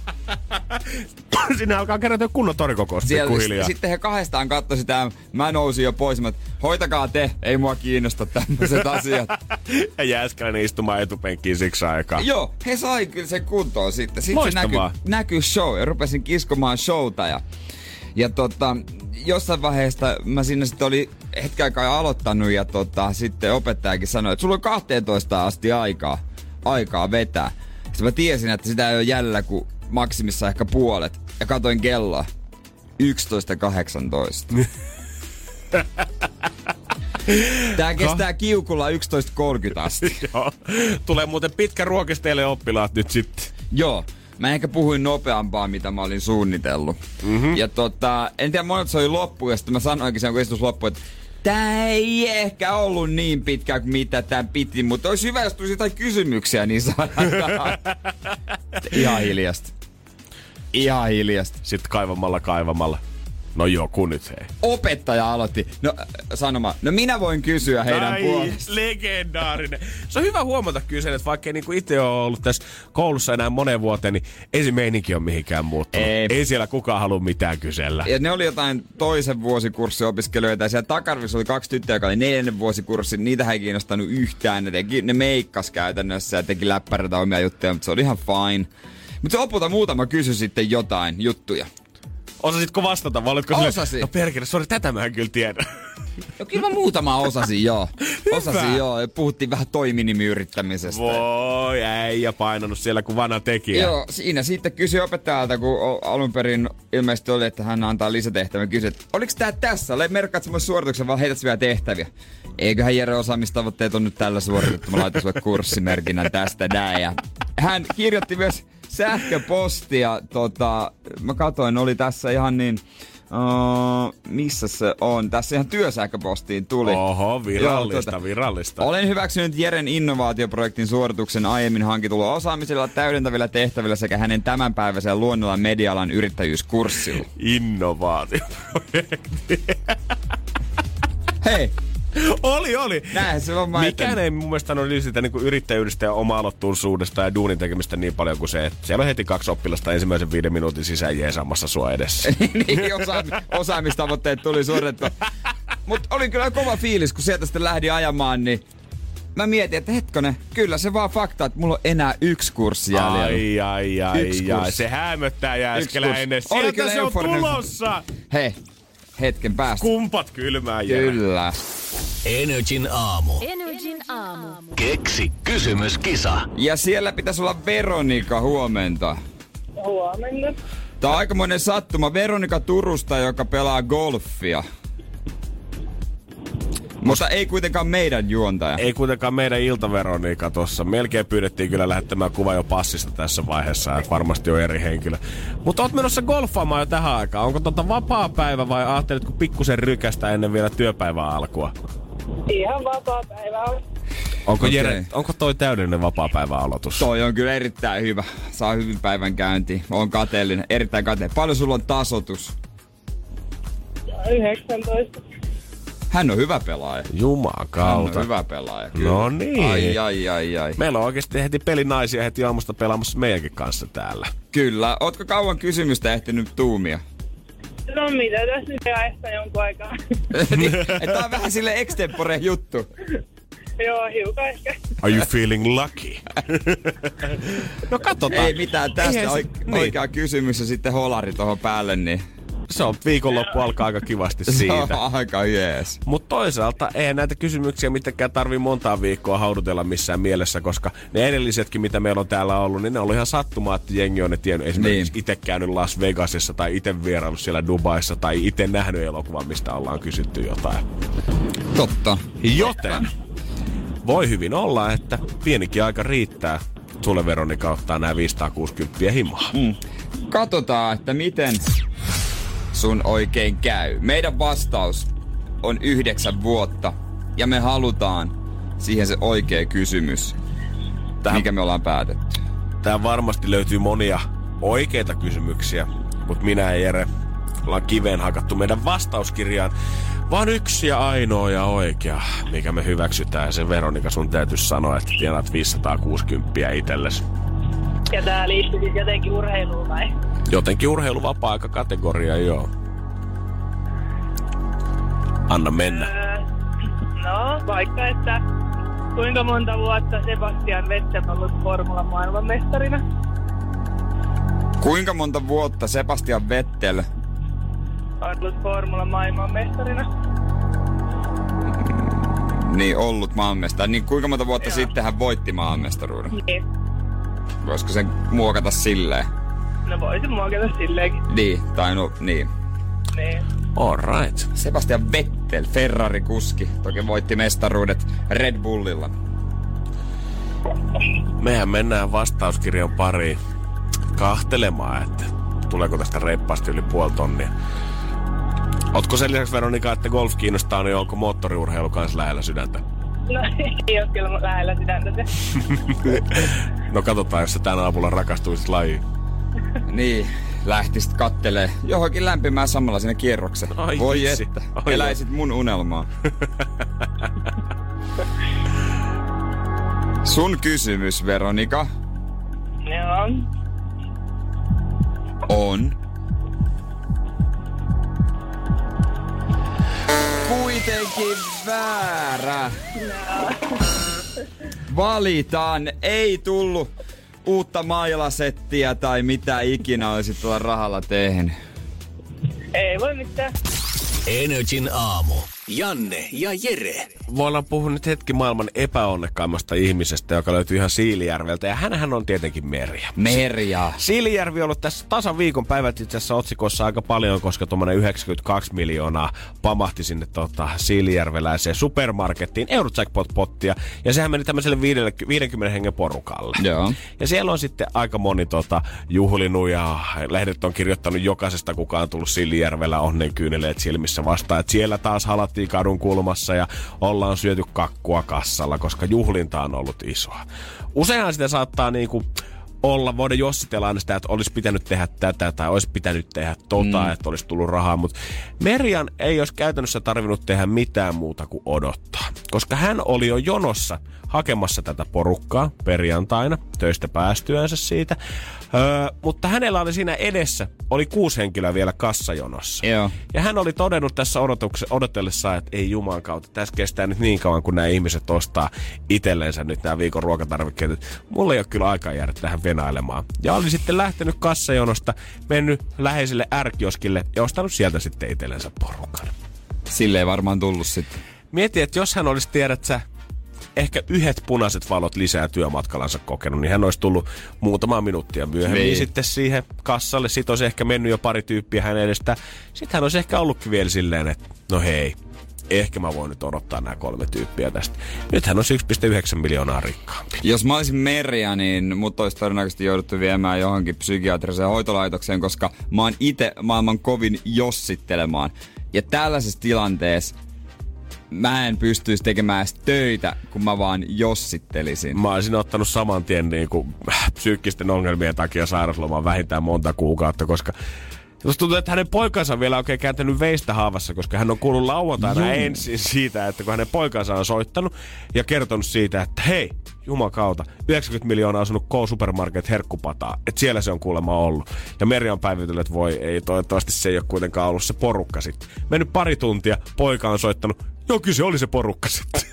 Sinne alkaa kerätä kunnon torikokous pikkuhiljaa. Sitten he kahdestaan katsoi sitä, mä nousin jo pois, että hoitakaa te, ei mua kiinnosta tämmöiset asiat. Ja Jääskäläinen istumaan etupenkkiin siksi aikaa. Joo, he sai kyllä sen kuntoon sitten. Sitten se näkyy show ja rupesin kiskomaan showta ja jossain vaiheessa mä sinne sitten oli hetken aikaa aloittanut ja sitten opettajakin sanoi, että sulla on 12 asti aikaa vetää. Sitten mä tiesin, että sitä ei ole jäljellä kuin maksimissa ehkä puolet. Ja katoin kelloa. 11.18. Tää kestää kiukulla 11.30 asti. Joo. Tulee muuten pitkä ruokis teille oppilaat nyt sitten. Joo. Mä ehkä puhuin nopeampaa, mitä mä olin suunnitellut. Mm-hmm. Ja en tiedä, monet se oli loppu, ja sitten mä sanoinkin sen, kun esitys loppui, että tää ei ehkä ollut niin pitkä kuin mitä tää piti, mutta olisi hyvä, jos tulisi jotain kysymyksiä, niin saadaan. Ihan hiljasta. Sitten kaivamalla. No joku nyt hei. Opettaja aloitti sanomaan, no minä voin kysyä heidän puolestaan. Legendaarinen. Se on hyvä huomata kyllä sen, että vaikka ei niinku itse ole ollut tässä koulussa enää moneen vuoteen, niin ei se meininki ole mihinkään muuttunut. Ei siellä kukaan halua mitään kysellä. Ja ne oli jotain toisen vuosikurssiopiskelijoita ja siellä takarvissa oli 2 tyttöjä, joka oli 4. vuosikurssi. Niitä ei kiinnostanut yhtään. Ne meikkas käytännössä ja teki läppärätä omia juttuja, mutta se oli ihan fine. Mutta se lopulta muutama kysyi sitten jotain juttuja. Osasitko vastata, vai olitko Osasin. No perkele, sori, tätä mä en kyllä tiedä. No kyllä mä muutama osasin, joo. Ja puhuttiin vähän toiminimiyrittämisestä. Oi äijä painanut siellä kuin vanha tekijä. Joo, siinä sitten kysyi opettajalta, kun alun perin ilmeisesti oli, että hän antaa lisätehtäviä. Kysyi, että oliks tää tässä? Merkkaat semmoisen suorituksen, vaan heität vielä tehtäviä. Eiköhän Jere osaamistavoitteet on nyt tällä suoritettu. Mä laitan sulle kurssimerkinnän tästä näin. Ja hän kirjoitti myös sähköpostia. Mä katoin, oli tässä ihan niin... missä se on? Tässä ihan työsähköpostiin tuli. Oho, virallista. Olen hyväksynyt Jeren innovaatioprojektin suorituksen aiemmin hankitulla osaamisella, täydentävillä tehtävillä sekä hänen tämänpäiväisellä luonnolla media-alan yrittäjyyskurssilla. Innovaatioprojekti. Hei! Oli. Näinhän se on Mikään ei mun mielestä ole sitä niin kuin yrittäjyydestä ja oma-aloitteisuudesta ja duunin tekemistä niin paljon kuin se, että siellä on heti 2 oppilasta ensimmäisen 5 minuutin sisään jeesaamassa sua edessä. Niin, osaamistavoitteet tuli suoritettua. Mutta oli kyllä kova fiilis, kun sieltä sitten lähdin ajamaan, niin mä mietin, että hetkonen, kyllä se vaan fakta, että mulla on enää 1 kurssi jäljellä. Ai. Se hämöttää Jääskeläinen. Sieltä se on tulossa! Hei, hetken päästä. Kumpat kylmää, Jere. Kyllä. Energin aamu. Keksi kysymyskisa. Ja siellä pitäisi olla Veronika, huomenta. Huomenta. Tää on aikamoinen sattuma. Veronika Turusta, joka pelaa golfia. Mutta ei kuitenkaan meidän juontaja. Ei kuitenkaan meidän iltaveronika tossa. Melkein pyydettiin kyllä lähettämään kuva jo passista tässä vaiheessa, että varmasti on eri henkilö. Mutta oot menossa golfaamaan jo tähän aikaan. Onko vapaa päivä vai ajattelitko pikkusen rykästä ennen vielä työpäivän alkua? Ihan vapaa päivä on. Onko Jere, onko toi täydellinen vapaapäivän aloitus? Toi on kyllä erittäin hyvä. Saa hyvin päivän käyntiin. On kateellinen, erittäin kateellinen. Paljon sulla on tasoitus? 19. Hän on hyvä pelaaja. Jumakauta. Hän on hyvä pelaaja. Kyllä. No niin. Ai. Meillä on oikeasti heti pelinaisia heti aamusta pelaamassa meidänkin kanssa täällä. Kyllä. Ootko kauan kysymystä ehtinyt tuumia? No mitä tässä nyt ajasta jonkun aikaa. Tää on vähän sille extempore juttu. Joo, hiukan ehkä. Are you feeling lucky? No katsotaan. Ei mitään tästä oikea kysymys ja sitten holari tohon päälle, niin... Se on viikonloppu alkaa aika kivasti siitä. Se on aika jees. Mutta toisaalta eihän näitä kysymyksiä mitenkään tarvii montaa viikkoa haudutella missään mielessä, koska ne edellisetkin, mitä meillä on täällä ollut, niin ne on ollut ihan sattumaa, että jengi on ne tiennyt. Esimerkiksi itse käynyt Las Vegasissa tai itse vieraillut siellä Dubaissa tai itse nähnyt elokuvan, mistä ollaan kysytty jotain. Totta. Joten voi hyvin olla, että pienikin aika riittää. Sulle Veronika ottaa nämä 560 himaa. Katsotaan, että miten sun oikein käy. Meidän vastaus on 9 vuotta ja me halutaan siihen se oikea kysymys, mikä me ollaan päätetty. Tää varmasti löytyy monia oikeita kysymyksiä, mutta minä ja Jere ollaan kiveen hakattu meidän vastauskirjaan. Vaan yksi ja ainoa ja oikea, mikä me hyväksytään. Ja se Veronika, sun täytyisi sanoa, että tienaat 560 itsellesi. Ja tää liittyy siis jotenkin urheiluun vai? Jotenkin urheiluvapaa-aika-kategoria, joo. Anna mennä. No, vaikka että kuinka monta vuotta Sebastian Vettel on ollut Formulan maailmanmestarina? Kuinka monta vuotta Sebastian Vettel on ollut Formulan maailmanmestarina? Niin, ollut maailmanmestari. Niin kuinka monta vuotta sitten hän voitti maailmanmestaruuden? Niin. Voisiko sen muokata silleen? No voisin muokata silleenkin. Niin, tai no, niin. Niin. All right. Sebastian Vettel, Ferrari-kuski, toki voitti mestaruudet Red Bullilla. Mehän mennään vastauskirjan pariin kahtelemaan, että tuleeko tästä reippaasti yli 500 tonnia. Ootko sen lisäksi, Veronika, että golf kiinnostaa, niin onko moottoriurheilu kanssa lähellä sydäntä? No ei ole kyllä lähellä sydäntä se. No katsotaan, jos sä tän aamulla rakastuisit lajiin. Niin, lähtisit kattelee johonkin lämpimään samalla siinä kierroksen. Ai voi vitsi. että, eläisit mun unelmaa. Sun kysymys, Veronika. Joo. On. Kuitenkin väärä. Valitaan. Ei tullut uutta mailasettiä tai mitä ikinä olisit tuolla rahalla tehnyt. Ei voi mitään. Energin aamu. Janne ja Jere. Voidaan puhua nyt hetki maailman epäonnekkaimmasta ihmisestä, joka löytyy ihan Siilijärveltä. Ja hänhän on tietenkin Merja. Siilijärvi on ollut tässä tasan viikon päivät itse asiassa otsikossa aika paljon, koska tuommoinen 92 miljoonaa pamahti sinne siilijärveläiseen supermarkettiin Eurojackpot-pottia. Ja sehän meni tämmöiselle 50 hengen porukalle. Joo. Ja siellä on sitten aika moni juhlinut ja lehdet on kirjoittanut jokaisesta, kuka on tullut Siilijärvellä onnenkyyneleet silmissä vastaan. Että siellä taas halattiin kadun kulmassa ja ollaan syöty kakkua kassalla, koska juhlinta on ollut isoa. Useinhan sitä saattaa voida jossitella aina sitä, että olisi pitänyt tehdä tätä tai olisi pitänyt tehdä että olisi tullut rahaa, mutta Merjan ei olisi käytännössä tarvinnut tehdä mitään muuta kuin odottaa, koska hän oli jo jonossa hakemassa tätä porukkaa perjantaina töistä päästyänsä siitä, mutta hänellä oli siinä edessä, oli 6 henkilöä vielä kassajonossa. Joo. Ja hän oli todennut tässä odotellessaan, että ei juman kautta, tässä kestää nyt niin kauan, kun nämä ihmiset ostaa itsellensä nyt nämä viikon ruokatarvikkeet. Mulla ei ole kyllä aikaa jäädä tähän venailemaan. Ja oli sitten lähtenyt kassajonosta, mennyt läheiselle R-kioskille ja ostanut sieltä sitten itsellensä porukan. Sille ei varmaan tullut sitten. Mieti, että jos hän olisi, tiedät sä, ehkä 1 punaiset valot lisää työmatkallansa kokenut, niin hän olisi tullut muutamaa minuuttia myöhemmin sitten siihen kassalle. Sitten olisi ehkä mennyt jo pari tyyppiä hänen edestä. Sitten hän olisi ehkä ollutkin vielä silleen, että no hei, ehkä mä voin nyt odottaa nämä 3 tyyppiä tästä. Nyt hän on 1,9 miljoonaa rikkaampi. Jos mä olisin Merja, niin mut olisi todennäköisesti jouduttu viemään johonkin psykiatriseen hoitolaitokseen, koska mä oon itse maailman kovin jossittelemaan. Ja tällaisessa tilanteessa mä en pystyisi tekemään edes töitä, kun mä vaan jossittelisin. Mä olisin ottanut saman tien psyykkisten ongelmien takia sairauslomaan vähintään monta kuukautta, koska jos tuntuu, että hänen poikansa on vielä oikein kääntänyt veistä haavassa, koska hän on kuullut lauantaina ensin siitä, että kun hänen poikansa on soittanut ja kertonut siitä, että hei, jumakauta, 90 miljoonaa on asunut K-supermarket herkkupataa, että siellä se on kuulemma ollut. Ja Merja on päivitellyt, että voi ei, toivottavasti se ei ole kuitenkaan ollut se porukka sitten. Mennyt pari tuntia, poika on soittanut, joo kyllä se oli se porukka sitten.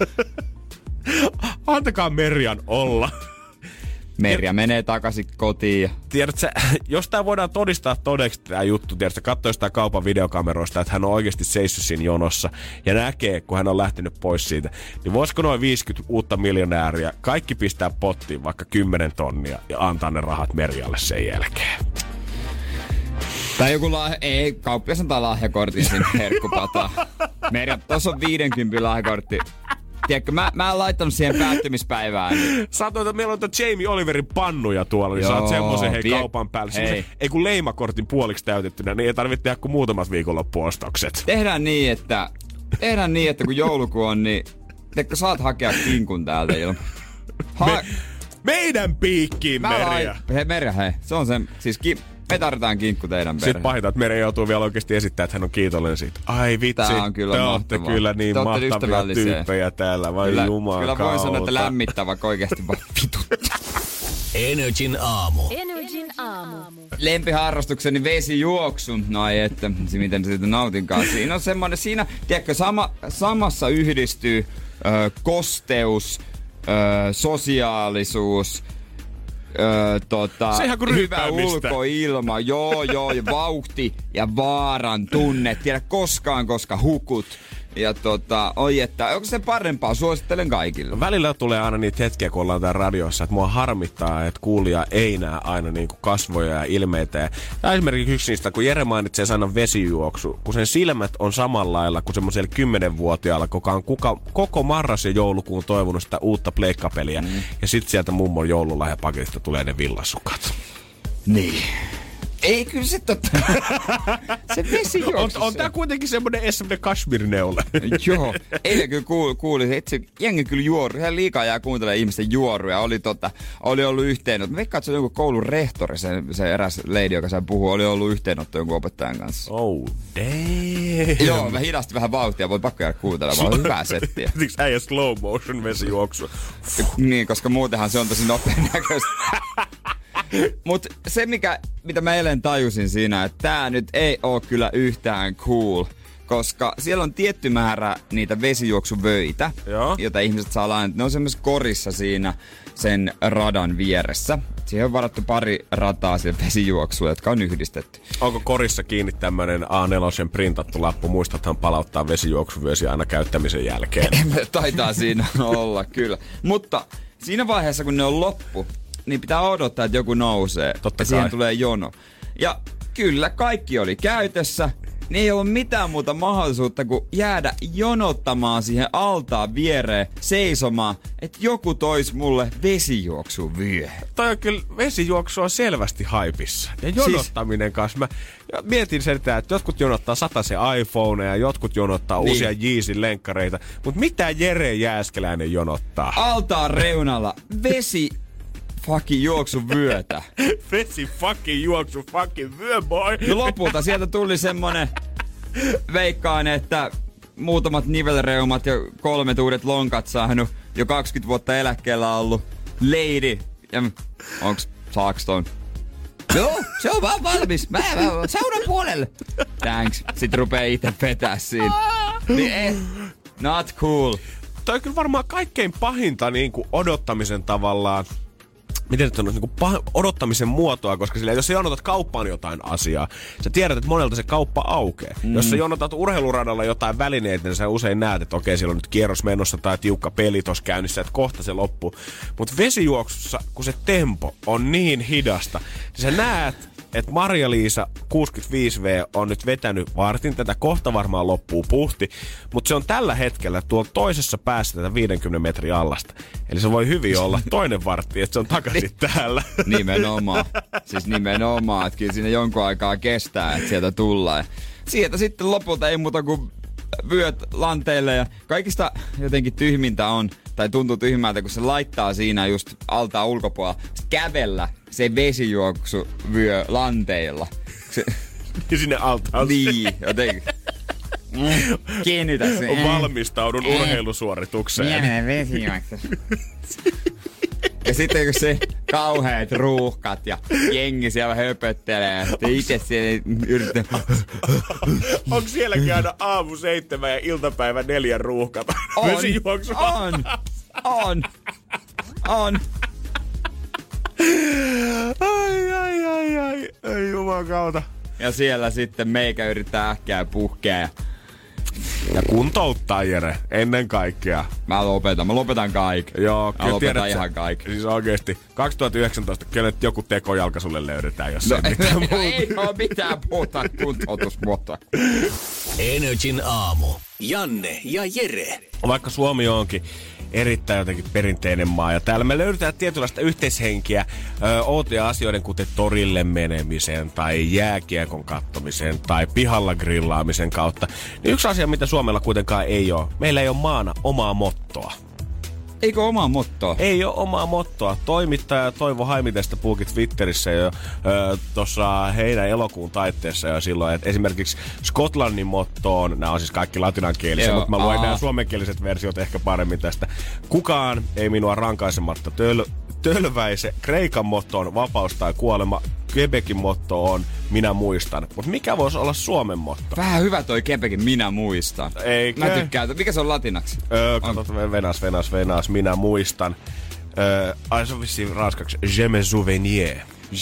Antakaa Merjan olla. Merja menee takaisin kotiin. Tiedätkö, jos tää voidaan todistaa todeksi tää juttu, tiedätkö, katsoo sitä kaupan videokameroista, että hän on oikeasti seissyt siinä jonossa ja näkee, kun hän on lähtenyt pois siitä, niin voisiko noin 50 uutta miljonääriä kaikki pistää pottiin vaikka 10 tonnia ja antaa ne rahat Merjalle sen jälkeen? Tai joku kauppias antaa lahjakortin sinne herkkupataan. Merja, tossa on 50 lahjakortti. Tiedätkö, mä en laittanut siihen päättymispäivään. Saatoin, että meillä on Jamie Oliverin pannuja tuolla, niin saat semmoisen kaupan päälle. Ei kun leimakortin puoliksi täytettynä, niin ei tarvitse tehdä kuin muutamat viikonloppuostokset. Tehdään niin, että kun joulukuu on, niin tiedätkö, saat hakea kinkun täältä ilman. Meidän piikkiin, Merja. Merja, hei. Se on se, siis me tarvitaan kinkku teidän perhe. Sitten pahinta, että Merja joutuu vielä oikeasti esittämään, että hän on kiitollinen siitä. Ai vitsi, tää on kyllä te olette kyllä niin mahtavia tyyppejä täällä, vai jumakauta. Kyllä voin sanoa, että lämmittää, vaikka oikeasti vaan vituttaa. Energin aamu. Lempiharrastukseni vesijuoksu. No ei, että miten siitä nautinkaan. Siinä on semmoinen, tiedätkö, samassa yhdistyy kosteus, sosiaalisuus, hyvä ulkoilma, joo, ja vauhti ja vaaran tunne. Tiedä koskaan, koska hukut. Ja onko se parempaa? Suosittelen kaikille. Välillä tulee aina niitä hetkiä, kun ollaan täällä radiossa, että mua harmittaa, että kuulija ei näe aina niinku kasvoja ja ilmeitä. Ja esimerkiksi yksi niistä, kun Jere mainitsee sanan vesijuoksu, kun sen silmät on samalla lailla kuin semmoisella 10-vuotiaalla, joka on koko marras ja joulukuun toivonut sitä uutta pleikkapeliä. Ja sit sieltä mummon joululahjapaketista tulee ne villasukat. Niin. Ei kyllä se se vesijuoksu. On tää kuitenkin semmonen SM Kashmir-neule. Joo. Eilen kyllä kuuli, että se jengi kyllä juoru. Ihan liikaa jää kuuntelemaan ihmisten juoruja. Oli ollut yhteenotto. Mä veikkaan, että se oli joku koulun rehtori, se eräs lady, joka sen puhuu. Oli ollut yhteenotto jonkun opettajan kanssa. Oh, damn. Joo, mä hidastin vähän vauhtia. Voi pakko jäädä kuuntelemaan. Hyvää settiä. Tiiäks äijä slow motion vesijuoksu? Niin, koska muutenhan se on tosi nopean näköistä. Mut se, mitä mä eilen tajusin siinä, että tää nyt ei oo kyllä yhtään cool. koska siellä on tietty määrä niitä vesijuoksuvöitä, joita ihmiset saa lainata. Ne on semmoisessa korissa siinä sen radan vieressä. Siihen on varattu pari rataa sille vesijuoksulle, jotka on yhdistetty. Onko korissa kiinni tämmönen A4 printattu lappu? Muistathan palauttaa vesijuoksuvyösi aina käyttämisen jälkeen. Taitaa siinä olla, kyllä. Mutta siinä vaiheessa, kun ne on loppu, niin pitää odottaa, että joku nousee. Totta ja siihen kai. tulee jono. Ja kyllä, kaikki oli käytössä. Niin ei ollut mitään muuta mahdollisuutta kuin jäädä jonottamaan siihen altaan viereen seisomaan, että joku tois mulle vesijuoksuvyö. Toi on kyllä, vesijuoksu on selvästi haipissa. Ja jonottaminen kanssa. Mä mietin sen, että jotkut jonottaa 100 iPhoneja, jotkut jonottaa uusia Yeezyn lenkkareita. Mutta mitä Jere Jääskeläinen jonottaa? Altaan reunalla fucking juoksuvyötä. Vesi fucking juoksu fucking vyö, boy. No lopulta sieltä tuli semmonen, veikkaan, että muutamat nivelreumat ja 3 uudet lonkat saanut jo 20 vuotta eläkkeellä ollut lady. Ja onks Saxton? Joo, se on vaan valmis. Mä saunan puolelle. Thanks. Sitten rupee itse vetää siinä. Not cool. Toi on kyllä varmaan kaikkein pahinta niin kuin odottamisen tavallaan. Miten nyt on niin odottamisen muotoa, koska sillä, jos sä jonotat kauppaan jotain asiaa, sä tiedät, että monelta se kauppa aukeaa. Jos sä jonotat urheiluradalla jotain välineitä, niin sä usein näet, että okei, siellä on nyt kierros menossa tai tiukka peli tossa käynnissä, että kohta se loppuu. Mutta vesijuoksussa, kun se tempo on niin hidasta, niin sä näet, että Marja-Liisa 65V on nyt vetänyt vartin, tätä kohta varmaan loppuu puhti, mutta se on tällä hetkellä tuolla toisessa päässä tätä 50 metrin allasta. Eli se voi hyvin olla toinen vartti, että se on takaisin täällä. Nimenomaan. Siis nimenomaan, että kyllä siinä jonkun aikaa kestää, että sieltä tullaan. Sieltä sitten lopulta ei muuta kuin vyöt lanteille ja kaikista jotenkin tyhmintä on, tai tuntuu tyhmältä, kun se laittaa siinä just altaan ulkopuolella kävellä se vesijuoksuvyö lanteilla. Ja sinne altaan. Niin, jotenkin. Kiinnitä se. Valmistaudun urheilusuoritukseen. Pienen vesijuoksu. Ja sitten kun se kauheat ruuhkat ja jengi siellä höpöttelee, ja itse siellä yrittää. Onko sielläkin aina aamu 7 ja iltapäivä 4 ruuhkat? Vesijuoksu. On. Ai jumakauta. Ja siellä sitten meikä yrittää äkkää puhkea. Ja kuntouttaa, Jere, ennen kaikkea. Mä lopetan kaiken. Joo, mä lopetan ihan kaiken. Siis oikeesti, 2019, kyllä joku tekojalka sulle löydetään, jos ei mitään muuta. Ei oo mitään muuta kuntoutusmuotoa. Energin aamu. Janne ja Jere. Vaikka Suomi onkin erittäin jotenkin perinteinen maa. Ja täällä me löydetään tietynlaista yhteishenkiä outoja asioiden, kuten torille menemisen tai jääkiekon kattomisen tai pihalla grillaamisen kautta. Niin yksi asia, mitä Suomella kuitenkaan ei ole. Meillä ei ole maana omaa mottoa. Eikö omaa mottoa? Ei ole omaa mottoa. Toimittaja Toivo Haimitestä puhukin Twitterissä jo tuossa heinä elokuun taitteessa jo silloin, että esimerkiksi Skotlannin motto on, nämä on siis kaikki latinankielisiä, mutta mä luen nämä suomenkieliset versiot ehkä paremmin tästä. Kukaan ei minua rankaisematta tölväise. Kreikan motto on vapaus tai kuolema. Quebecin motto on minä muistan. Mutta mikä voisi olla Suomen motto? Vähän hyvä toi Quebecin minä muistan. Eikö? Mä tykkään. Mikä se on latinaksi? Katsotaan, venas, minä muistan. Ai se on vissiin ranskaksi. Je me souviens.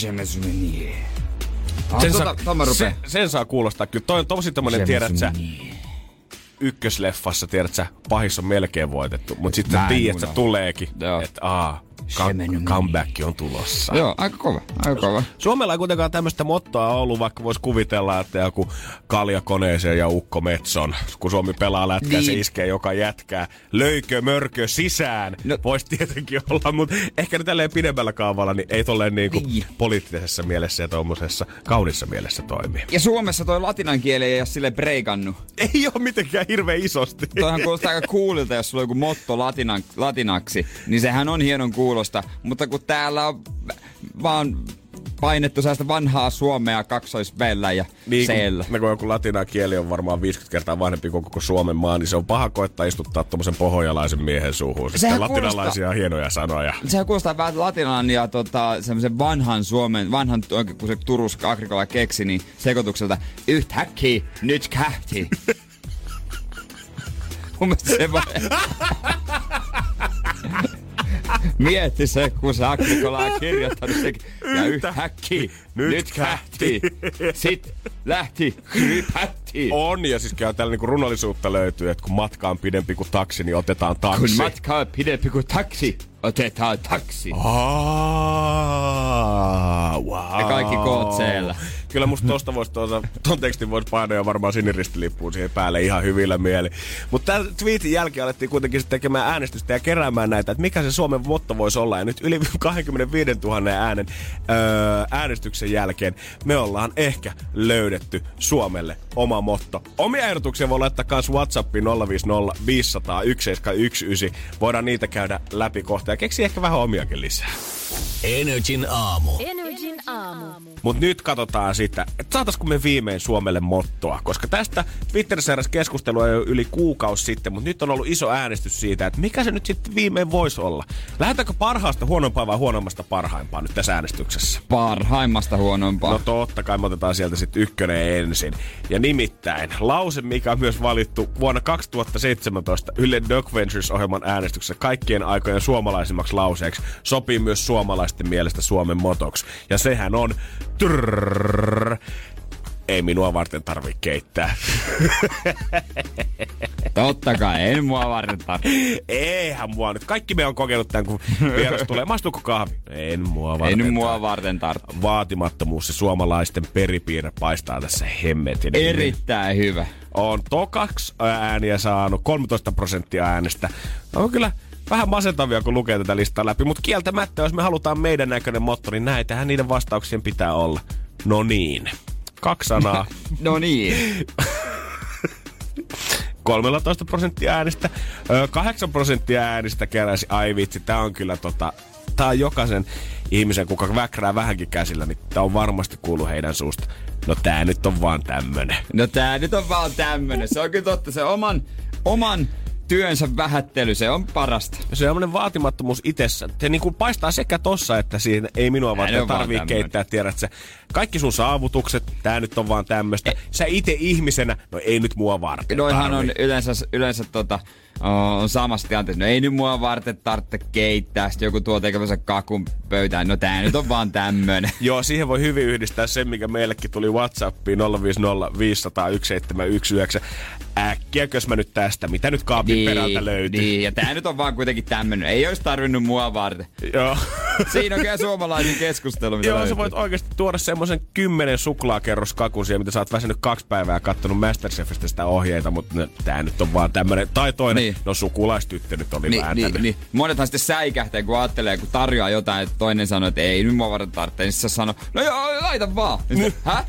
Sen saa kuulostaa kyllä. Toi on tosi tommonen, tiedät sä, ykkösleffassa, tiedät sä, pahis on melkein voitettu. Mut sitten tiedät sä, tuleekin, että comeback on tulossa. Joo, aika kova. Suomella ei kuitenkaan tämmöistä mottoa ollut, vaikka voisi kuvitella, että joku Kalja koneeseen ja Ukko Metson, kun Suomi pelaa lätkää, se iskee joka jätkää. Löykö, mörkö sisään. No. Voisi tietenkin olla, mutta ehkä ne tälleen pidemmällä kaavalla, niin ei tolleen niinku poliittisessa mielessä ja tommosessa kaunissa mielessä toimii. Ja Suomessa toi latinan kieli ei ole silleen breikannut. Ei ole mitenkään hirveän isosti. Toihan kuulostaa aika coolilta, jos sulla on joku motto latinaksi, niin sehän on hienon kuulosta. Mutta kun täällä on vaan painettu sellaista vanhaa suomea kaksoisbellä ja niin, seellä. Kun joku latinan kieli on varmaan 50 kertaa vanhempi kuin koko Suomen maa, niin se on paha koettaa istuttaa tommosen pohjalaisen miehen suuhun. Sitten latinalaisia hienoja sanoja. Sehän kuulostaa vähän latinan ja semmoisen vanhan Suomen, kun se Turuska Agrikola keksi, niin sekoitukselta yhtäkkiä nyt kähti. Mun mielestä se vaan... Mietti se, kun se Agrikola on kirjoittanut sekin. Ja yhtäkkiä, nyt kähti. Sitten lähti, rypätti. On, ja siis kyllä täällä niinku runollisuutta löytyy, että kun matka on pidempi kuin taksi, niin otetaan taksi. Kun matka on pidempi kuin taksi, otetaan taksi. Wow. Ja kaikki koot siellä. Kyllä musta tosta voisi ton tekstin voisi painaa jo varmaan siniristilippuun siihen päälle ihan hyvillä mieli. Mutta tämän tweetin jälkeen alettiin kuitenkin tekemään äänestystä ja keräämään näitä, että mikä se Suomen motto voisi olla. Ja nyt yli 25 000 äänen äänestyksen jälkeen me ollaan ehkä löydetty Suomelle oma motto. Omia ehdotuksia voi laittaa kans WhatsAppiin 050 500 1719. Voidaan niitä käydä läpi kohta ja keksiä ehkä vähän omiakin lisää. Energin aamu. Mut nyt katsotaan sitä, että saataisiko me viimein Suomelle mottoa, koska tästä Twitterissä heräsi keskustelua jo yli kuukausi sitten, mutta nyt on ollut iso äänestys siitä, että mikä se nyt sitten viimein voisi olla. Lähdetäänkö parhaasta huonompaa vai huonommasta parhaimpaan nyt tässä äänestyksessä? Parhaimmasta huonompaa. No totta kai me otetaan sieltä sitten ykkönen ensin. Ja nimittäin lause, mikä on myös valittu vuonna 2017 Yle Doc Ventures-ohjelman äänestyksessä kaikkien aikojen suomalaisimmaksi lauseeksi, sopii myös suomalaisten mielestä Suomen motoksi. Ja sehän on ei minua varten tarvitse keittää. Totta kai, en mua varten tarvitse. Eihän mua nyt. Kaikki me on kokenut tämän, kun vieras tulee. Maistuuko kahvi? En mua varten tarvitse. Vaatimattomuus ja suomalaisten peripiirre paistaa tässä hemmetin. Erittäin hyvä. On tokaksi ääniä saanut, 13% äänestä. On kyllä vähän masentavia, kun lukee tätä listaa läpi, mutta kieltämättä, jos me halutaan meidän näköinen motto, niin näitähän niiden vastauksien pitää olla. No niin. 2 sanaa. No niin. 13% äänistä. 8% äänistä keräsi. Ai vitsi, tää on kyllä tää on jokaisen ihmisen, kuka väkrää vähänkin käsillä, niin tää on varmasti kuullut heidän suusta. No tää nyt on vaan tämmönen. Se on kyllä totta. Se oman työnsä vähättely, se on parasta. Se on vaatimattomuus itsessä. Se niinku paistaa sekä tossa, että siinä ei minua varten tarvii keittää, tiedät sä. Kaikki sun saavutukset, tää nyt on vaan tämmöstä. Sä ite ihmisenä, no ei nyt mua varten noihan on yleensä on samassa tilanteessa. No ei nyt mua varten tarvitse keittää. Sitten joku tuo tekemänsä kakun pöytään. No tää nyt on vaan tämmönen. Joo, siihen voi hyvin yhdistää sen, mikä meillekin tuli WhatsAppiin 050 500 1719. Äkkiäkös mä nyt tästä, mitä nyt kaapin perältä löytyy. Niin, ja tää nyt on vaan kuitenkin tämmönen. Ei ois tarvinnut mua varten. Joo. Siinä on kyllä suomalaisen keskustelu, mitä joo, löytyy. Sä voit oikeesti tuoda semmosen 10 suklaakerros kakun siihen, mitä sä oot väsynyt 2 päivää ja kattonut Masterchefistä sitä ohjeita, mutta tää nyt on vaan tämmönen. Tai toinen, niin. No sukulaistyttö nyt oli vähän tämmönen. Niin. Monethan sitten säikähtää, kun ajattelee, kun tarjoaa jotain, että toinen sanoo, että ei nyt mua varten tarvitse, niin sä sanoo, no joo, laita vaan. Hä?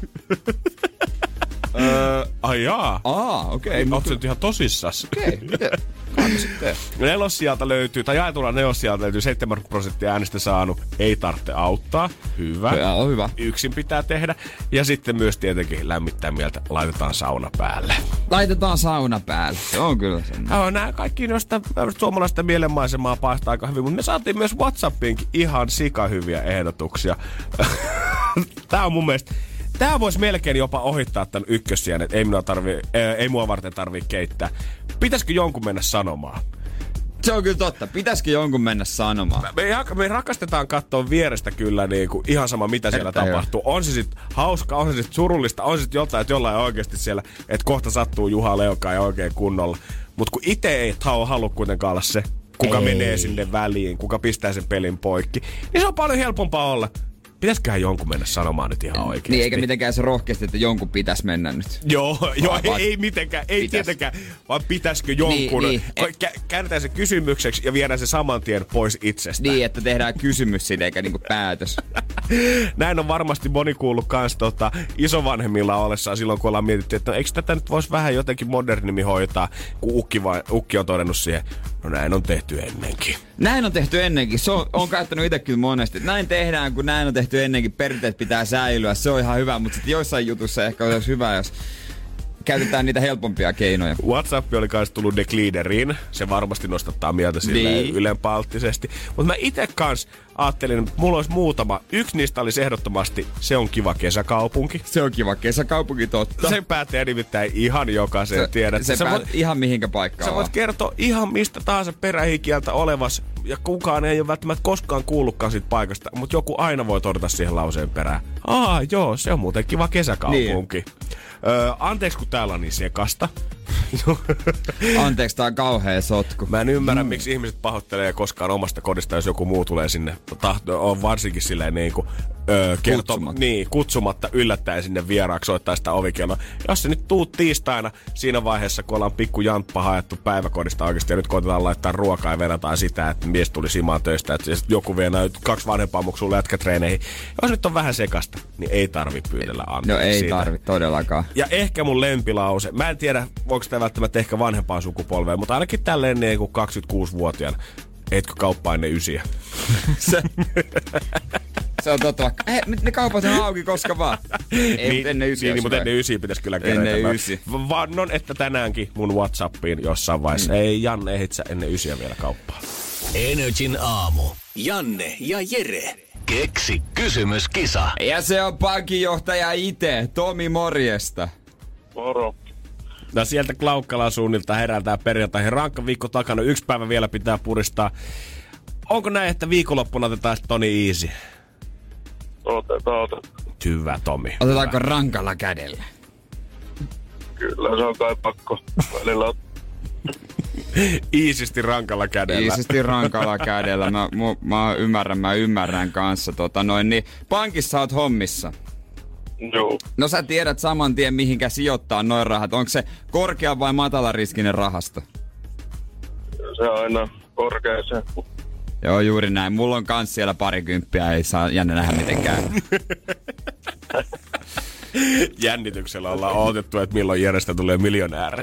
Ai jaa. Okei. Oot sä nyt ihan tosissas? Okei, miten? Sitten. Nelossijalta löytyy, tai jaetulla nelossijalta löytyy 7% äänestä saanut. Ei tarvitse auttaa. Hyvä. Hyvä. Yksin pitää tehdä. Ja sitten myös tietenkin lämmittää mieltä. Laitetaan sauna päälle. Laitetaan sauna päälle. Se on kyllä sen. Nämä kaikki noista suomalaista mielenmaisemaa paistaa aika hyvin. Mutta me saatiin myös WhatsAppiinkin ihan sikahyviä ehdotuksia. Tää on mun mielestä... Tää vois melkein jopa ohittaa tän ykkössijan, että ei mua varten tarvii keittää. Pitäisikö jonkun mennä sanomaan? Se on kyllä totta. Pitäisikö jonkun mennä sanomaan? Me rakastetaan katsoa vierestä kyllä niinku ihan sama mitä siellä tapahtuu. On se sit hauska, on se sit surullista, on se sit jotain, että jollain oikeesti siellä, että kohta sattuu Juha Leukaan ja oikein kunnolla. Mut kun ite ei halua kuitenkaan olla se, kuka menee sinne väliin, kuka pistää sen pelin poikki, niin se on paljon helpompaa olla. Pitäisiköhän jonkun mennä sanomaan nyt ihan oikeesti? Niin, eikä mitenkään se rohkeasti, että jonkun pitäisi mennä nyt. Joo, ei mitenkään, ei tietenkään, vaan pitäisikö jonkun. Niin. Käännetään se kysymykseksi ja viedään se saman tien pois itsestä. Niin, että tehdään kysymys siitä eikä niinku päätös. Näin on varmasti moni kuullut kans isovanhemmilla ollessaan silloin, kun ollaan mietitty, että no, eikö tätä nyt voisi vähän jotenkin modernimmin hoitaa, kun ukki on todennut siihen, no näin on tehty ennenkin. Näin on tehty ennenkin. Se on käyttänyt itse kyllä monesti. Näin tehdään, kun näin on tehty ennenkin. Perinteet pitää säilyä. Se on ihan hyvä, mutta sitten joissain jutussa ehkä olisi hyvä, jos käytetään niitä helpompia keinoja. WhatsApp oli kai tullut decleaneriin. Se varmasti nostattaa mieltä silleen ylenpalttisesti. Mutta mä ite kans ajattelin, että mulla olisi muutama. Yksi niistä olisi ehdottomasti, se on kiva kesäkaupunki. Se on kiva kesäkaupunki, totta. Se pätee nimittäin ihan jokaiseen, tiedät. Ihan mihinkä paikkaan. Sä voit kertoa ihan mistä tahansa perähikieltä olevas, ja kukaan ei ole välttämättä koskaan kuullutkaan siitä paikasta, mutta joku aina voi todeta siihen lauseen perään. Joo, se on muuten kiva kesäkaupunki. Niin. Anteeksi, kun täällä on niin sekasta. Anteeksi, tää on kauhea sotku. Mä en ymmärrä, miksi ihmiset pahoittelee koskaan omasta kodista, jos joku muu tulee sinne. On varsinkin silleen niinku kutsumatta yllättäen sinne vieraaksi soittaa sitä ovikelloa. Jos se nyt tuut tiistaina siinä vaiheessa, kun ollaan pikku jamppa haettu päiväkodista oikeasti ja nyt koitetaan laittaa ruokaa ja venataan sitä, että mies tuli simaan töistä, että joku vie näin 2 vanhempaa muksua lätkätreeneihin. Jos nyt on vähän sekasta, niin ei tarvi pyydellä anteeksi. No ei siitä. Tarvi todellakaan. Ja ehkä mun lempilause, mä en tiedä, voiko sitä välttämättä ehkä vanhempaan sukupolveen, mutta ainakin tälleen niin kuin 26-vuotiaana. Eitkö kauppaa ennen 9? Se on totta. Ne kaupat on auki koska vaan. Ei ennen 9. Niin, mutta ennen 9 pitäisi kyllä kerätä. Ennen 9. Vannon, että tänäänkin mun WhatsAppiin jossain vaiheessa. Ei, Janne, ehdit sä ennen 9 vielä kauppaa. Energin aamu. Janne ja Jere. Keksi kysymyskisa. Ja se on pankinjohtaja itse, Tomi, morjesta. Moro. No sieltä Klaukkalan suunnilta herätään perjantaihin. Rankka viikko takana, 1 päivä vielä pitää puristaa. Onko näin, että viikonloppuna otetaan Toni easy? Otetaan. Hyvä, Tomi. Otetaanko rankalla kädellä? Kyllä, se on kai pakko välillä. Iisisti rankalla kädellä. Iisisti rankalla kädellä. Mä ymmärrän kanssa. Niin pankissa oot hommissa. Joo. No sä tiedät saman tien, mihinkä sijoittaa noin rahat. Onko se korkea vai matalariskinen rahasto? Se on aina korkea se. Joo, juuri näin. Mulla on kans siellä 20, ei saa jännä nähdä miten käy. Jännityksellä ollaan odotettu, että milloin Jerestä tulee miljonääri.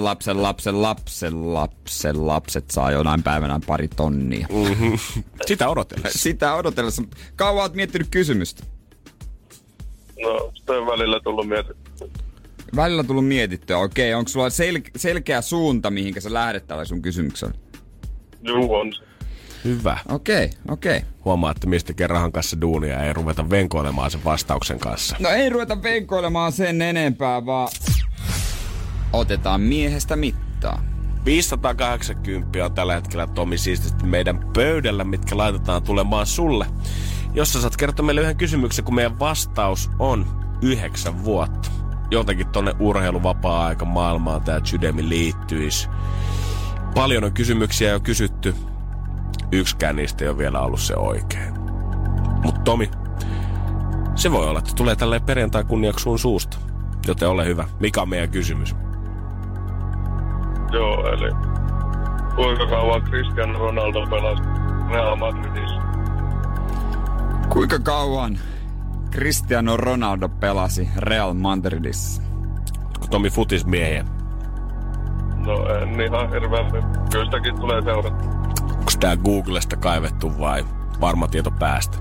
Lapset saa jonain päivänä 2 tonnia. Mm-hmm. Sitä odotellessa. Kauan oot miettinyt kysymystä? No, sitä on välillä tullut mietittyä. Okei. Onko sulla selkeä suunta, mihinkä sä lähdet tällä sun kysymyksellä? Joo, on se. Hyvä. Okei. Huomaa, että mistä kerran kanssa duunia ei ruveta venkoilemaan sen vastauksen kanssa. No ei ruveta venkoilemaan sen enempää, vaan otetaan miehestä mittaa. 580 on tällä hetkellä, Tomi, siististi meidän pöydällä, mitkä laitetaan tulemaan sulle. Jos sä saat kertoa meille yhden kysymyksen, kun meidän vastaus on 9 vuotta. Jotenkin tonne urheiluvapaa-aika maailmaan tää sydämi liittyisi. Paljon on kysymyksiä jo kysytty. Yksikään niistä ei ole vielä ollut se oikein. Mut Tomi, se voi olla, että tulee tälleen perjantai kunniaksi sun suusta. Joten ole hyvä. Mikä on meidän kysymys? Joo, eli kuinka kauan Cristiano Ronaldo pelasi Real Madridissa? Kuinka kauan Cristiano Ronaldo pelasi Real Madridissa? Tomi, futismiehiä. No en ihan hirveästi. Kyllä sitäkin tulee seurata. Onko tää Googlesta kaivettu vai varma tieto päästä?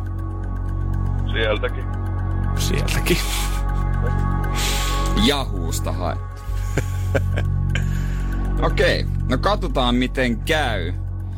Sieltäkin. Yahoosta haettu. Okei, no katsotaan miten käy.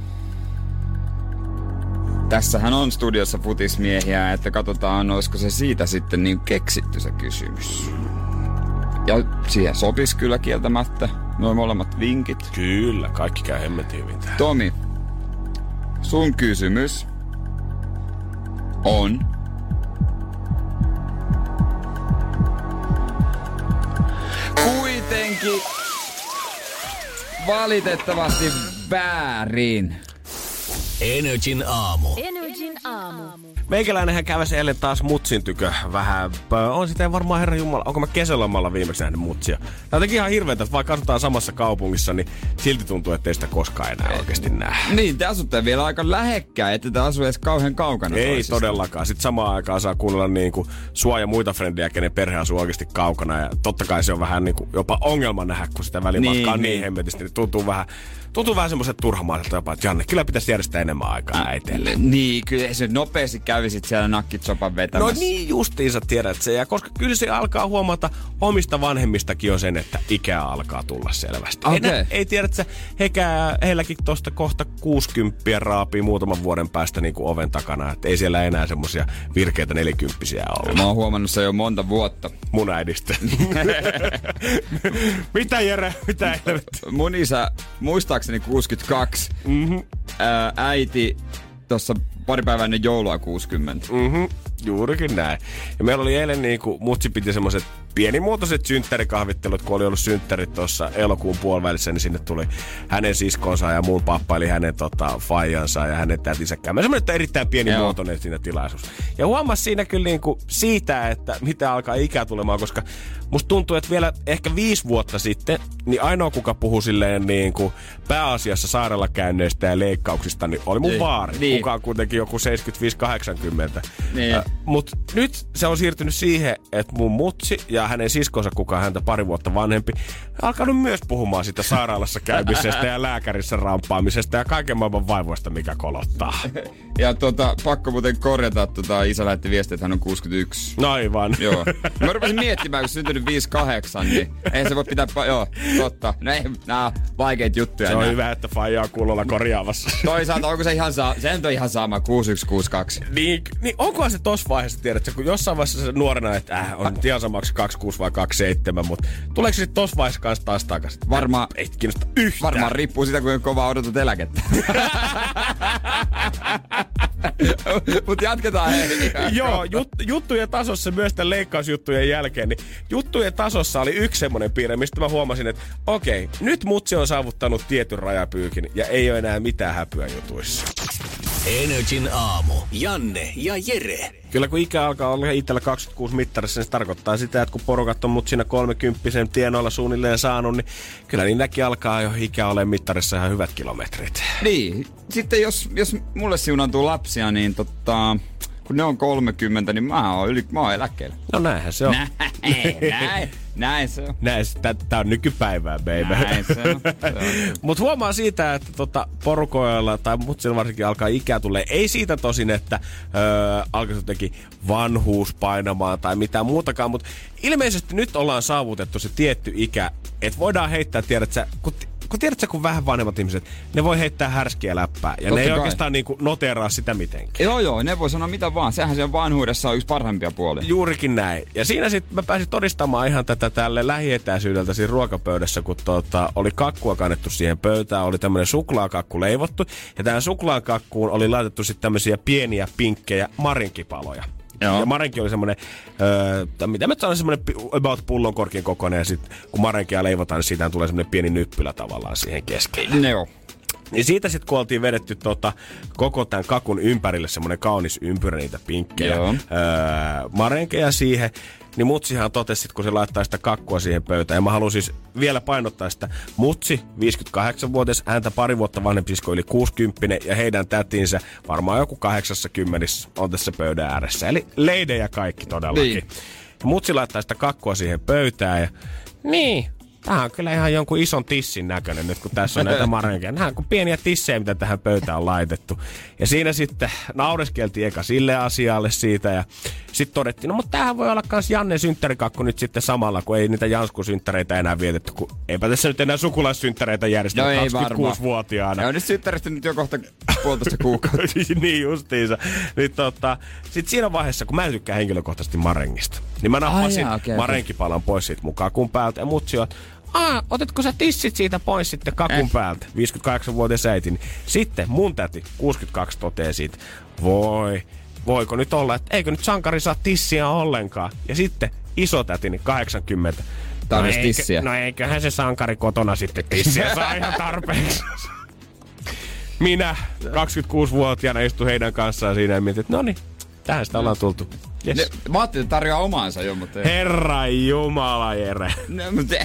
Tässähän on studiossa futismiehiä, että katsotaan, olisiko se siitä sitten niin keksitty se kysymys. Ja siihen sopisi kyllä kieltämättä nuo molemmat vinkit. Kyllä, kaikki käy hemmetin hyvin täällä. Tomi, sun kysymys on... Kuitenkin valitettavasti väärin. Energin aamu. Meikäläinenhän käväsi eilen taas mutsin tykö vähän. On sitä varmaan herran jumala. Onko mä kesälomalla viimeksi nähnyt mutsia? Tää on jotenkin ihan hirveetä, että vaikka asutaan samassa kaupungissa, niin silti tuntuu, että ei sitä koskaan enää oikeasti näe. Niin, te asutte vielä aika lähekkäin, ette te asu edes kauhean kaukana ei toisista. Todellakaan. Sitten samaan aikaan saa kuunnella niinku sua ja muita frendejä, kenen perhe asuu oikeasti kaukana. Ja totta kai se on vähän niinku jopa ongelma nähdä, kun sitä välimatkaa niin hemmetisti. Niin tuntuu vähän tuntuu vähän semmoiset turhamaiselta jopa, että Janne, kyllä pitäisi järjestää enemmän aikaa äiteille. Niin, kyllä se nopeasti kävisit siellä nakkitsopan vetämässä. No niin justiinsa tiedät se, ja koska kyllä se alkaa huomata omista vanhemmistakin jo sen, että ikää alkaa tulla selvästi. Okay. Ei tiedä, että heilläkin tosta kohta 60 raapii muutaman vuoden päästä niin kuin oven takana, että ei siellä enää semmosia virkeitä 40-vuotiaita olla. Mä oon huomannut se jo monta vuotta. Mun äidistä. Mitä Jere? Mitä helvettiä? Mun isä, muistaakseni 62, äiti tossa pari päivää ennen joulua 60. Juurikin näin. Ja meillä oli eilen niinku, mutsi piti semmoset pienimuotoiset synttärikahvittelut, kun oli ollut synttärit tuossa elokuun puolivälissä, niin sinne tuli hänen siskonsa ja mun pappa, eli hänen faijansa ja hänen tätinsä käymään. Semmoinen erittäin pienimuotoinen siinä tilaisuus. Ja huomas siinä kyllä niinku siitä, että mitä alkaa ikää tulemaan, koska musta tuntuu, että vielä ehkä 5 vuotta sitten, niin ainoa kuka puhui silleen niinku pääasiassa sairaalla käynneistä ja leikkauksista, niin oli mun vaari. Niin. Kuka on kuitenkin joku 75-80. Niin. Mut nyt se on siirtynyt siihen, että mun mutsi ja hänen siskonsa, kuka on häntä pari vuotta vanhempi, alkanut myös puhumaan sitä sairaalassa käymisestä ja lääkärissä rampaamisesta ja kaiken maailman vaivoista, mikä kolottaa. Ja pakko muuten korjata, isä lähetti viestiä, että hän on 61. No aivan. Joo. Mä rupesin miettimään, kun syntynyt 58, niin ei se voi pitää... Joo, totta. Nää on vaikeita juttuja. Se on hyvä, että faija on kuulolla korjaavassa. Toisaalta onko se ihan se on ihan sama 6162. Niin onkohan se tossa vaiheessa, tiedätkö, kun jossain vaiheessa se nuorena, että on ihan samaksi 26 vai 27, mutta tuleeko se sitten tossa vaiheessa kanssa taas takaisin? Varmaan ei kiinnosta yhtään. Varmaan riippuu siitä, kuinka kovaa odotat eläkettä. Mut jatketaan hei. Joo, juttujen tasossa myös tämän leikkausjuttujen jälkeen, niin juttujen tasossa oli yksi semmonen piirre, mistä mä huomasin, että okei, nyt mutsi on saavuttanut tietyn rajapyykin ja ei ole enää mitään häpyä jutuissa. NRJ:n aamu. Janne ja Jere. Kyllä kun ikä alkaa olla itsellä 26 mittarissa, niin se tarkoittaa sitä, että kun porukat on mut siinä 30 tienoilla suunnilleen saanut, niin kyllä niinäkin alkaa jo ikä olemaan mittarissa ihan hyvät kilometrit. Niin. Sitten jos mulle siunaantuu lapsia, niin kun ne on 30, niin mä oon eläkkeellä. No näinhän se on. Näin se on. Tää on nykypäivää, baby. Näin se on. Mut huomaa siitä, että porukoilla tai mutsilla varsinkin alkaa ikää tulee. Ei siitä tosin, että alkaisi jotenkin vanhuus painamaan tai mitään muutakaan, mutta ilmeisesti nyt ollaan saavutettu se tietty ikä, että voidaan heittää, tiedätkö, kun vähän vanhemmat ihmiset, ne voi heittää härskiä läppää. Ja totta ne ei kai oikeastaan niinku noteraa sitä mitenkään. Joo, ne voi sanoa mitä vaan. Sehän se on vanhuudessa on yksi parhaimpia puolia. Juurikin näin. Ja siinä sitten mä pääsin todistamaan ihan tätä tälle lähietäisyydeltä siinä ruokapöydässä, kun oli kakkua kannettu siihen pöytään. Oli tämmönen suklaakakku leivottu. Ja tähän suklaakakkuun oli laitettu sitten tämmöisiä pieniä pinkkejä marinkipaloja. Joo. Ja marenki oli semmonen, mitä mä sanon, semmonen about pullonkorkin kokoinen, ja sit kun marenkia leivotaan, niin siitä tulee semmonen pieni nyppylä tavallaan siihen keskelle. Joo. Niin siitä sitten kun oltiin vedetty koko tämän kakun ympärille semmonen kaunis ympyrä niitä pinkkejä, marenkeja siihen, niin mutsihan totesi, kun se laittaa sitä kakkua siihen pöytään. Ja mä haluan siis vielä painottaa sitä. Mutsi, 58-vuotias, häntä pari vuotta vanhempi sisko yli 60, ja heidän tätinsä varmaan joku 80 on tässä pöydän ääressä. Eli leidejä kaikki todellakin. Niin. Mutsi laittaa sitä kakkua siihen pöytään ja niin. Tämä on kyllä ihan jonkun ison tissin näköinen nyt, kun tässä on näitä marenkeja. Nämä on kuin pieniä tissejä, mitä tähän pöytään on laitettu. Ja siinä sitten naureskeltiin eka sille asialle siitä ja sitten todettiin, no mutta tämähän voi olla kans Jannen synttärikakku nyt sitten samalla, kun ei niitä Jansku-synttäreitä enää vietetty, kun eipä tässä nyt enää sukulaissynttäreitä järjestetty 26-vuotiaana. Ja on nyt synttäristä nyt jo kohta 1,5 kuukautta. Niin justiinsa. Niin sitten siinä vaiheessa, kun mä en tykkää henkilökohtaisesti marengista, niin mä nappasin marenkipalan pois siitä mukaan kun päältä ja mutsi on, otetko sä tissit siitä pois sitten kakun päältä? 58-vuotias äiti. Niin sitten mun täti, 62, toteaa siitä, voiko nyt olla, että eikö nyt sankari saa tissiä ollenkaan? Ja sitten isotätini, 80. Tarvitsi tissiä. No eiköhän se sankari kotona sitten tissiä saa ihan tarpeeksi. Minä, 26-vuotiaana, istun heidän kanssaan siinä ja mietin, että no niin, tähän sitä ollaan tultu. Yes. Mä ajattelin, että tarjoaa omaansa jo, mutta ei. Herran jumala, Jere. No, mutta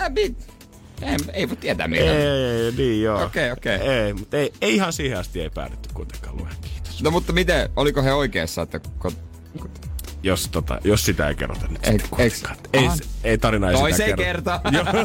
ei voi tietää mitä. Ei, niin joo. Okei. Ei, mutta ei ihan siihen asti ei päädytty kuitenkaan luen. Kiitos. No mutta miten, oliko he oikeassa, että... jos sitä ei kerrota nyt sitten kuitenkaan. Ei tarina ei toiseen sitä kerrota.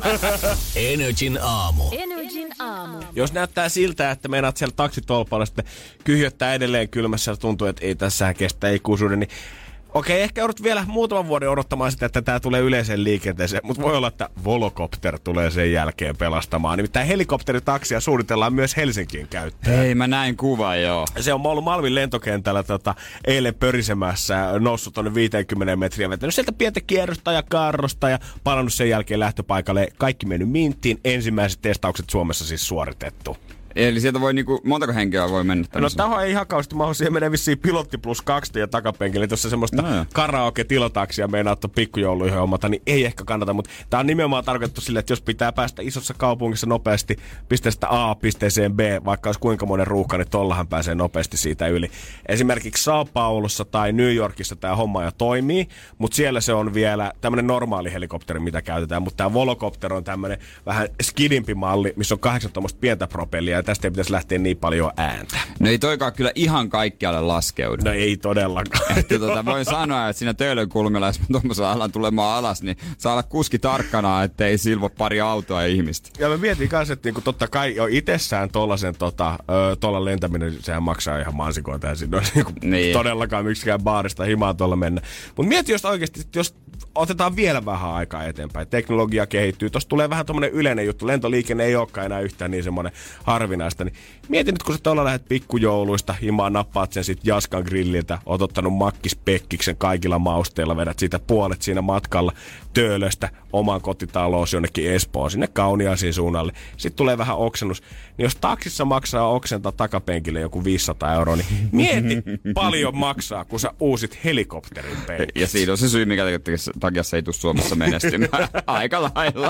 Energin aamu. Jos näyttää siltä, että meinaat siellä taksitolpalla sitten kyhjöttää edelleen kylmässä ja tuntuu, että ei tässähän kestä ikuisuuden, niin okei, ehkä joudut vielä muutaman vuoden odottamaan sitä, että tämä tulee yleiseen liikenteeseen, mutta voi olla, että Volocopter tulee sen jälkeen pelastamaan. Nimittäin helikopteritaksia suunnitellaan myös Helsinkiin käyttöön. Hei, mä näin kuvan, joo. Se on ollut Malmin lentokentällä eilen pörisemässä, noussut tuonne 50 metriä, vetänyt sieltä pientä kierrosta ja kaarrosta ja palannut sen jälkeen lähtöpaikalle. Kaikki mennyt minttiin, ensimmäiset testaukset Suomessa siis suoritettu. Eli sieltä voi montako henkeä voi mennä tämmöisen? No tähän ei ihan kauheasti mahu. Siihen menee vissiin pilotti plus 2 ja takapenkille. Eli tuossa semmoista karaoke-tilotaksia meinaa ottaa pikkujouluihin hommata, niin ei ehkä kannata. Mutta tää on nimenomaan tarkoitettu sille, että jos pitää päästä isossa kaupungissa nopeasti pisteestä A pisteeseen B, vaikka olisi kuinka monen ruuhka, niin tollahan pääsee nopeasti siitä yli. Esimerkiksi Sao Paulossa tai New Yorkissa tämä homma jo toimii, mutta siellä se on vielä tämmöinen normaali helikopteri, mitä käytetään. Mutta tämä Volocopter on tämmöinen vähän skidimpi malli, missä on 8 tuommoista pientä propellia. Tästä ei pitäisi lähteä niin paljon ääntä. No ei toikaan kyllä ihan kaikkialle laskeudu. No ei todellakaan. Että voin sanoa, että siinä Töölön kulmilla, jos tuommoisen alan tulemaan alas, niin saa olla kuski tarkkana, ettei silvo pari autoa ja ihmistä. Ja mä mietin kanssa, että niinku totta kai jo itsessään tollasen tuolla lentäminen, sehän maksaa ihan mansikoita ja siinä on niin todellakaan miksikään baarista himaa tuolla mennä. Mutta mieti jos oikeasti, jos otetaan vielä vähän aikaa eteenpäin, teknologia kehittyy, tossa tulee vähän tommonen yleinen juttu, lentoliikenne ei olekaan enää yhtään niin semmoinen harvinaista, niin mieti nyt, kun sä tuolla lähdet pikkujouluista, himaan nappaat sen sit Jaskan grilliltä, oot ottanut makkispekkiksen kaikilla mausteilla, vedät siitä puolet siinä matkalla Töölöstä oman kotitaloon jonnekin Espoon, sinne Kauniaisiin suunnalle. Sitten tulee vähän oksennus. Niin jos taksissa maksaa oksentaa takapenkille joku 500 €, niin mieti paljon maksaa, kun sä uusit helikopterin penkiksi. Ja siinä on se syy, mikä takia se ei tule Suomessa menestymään. Aika lailla.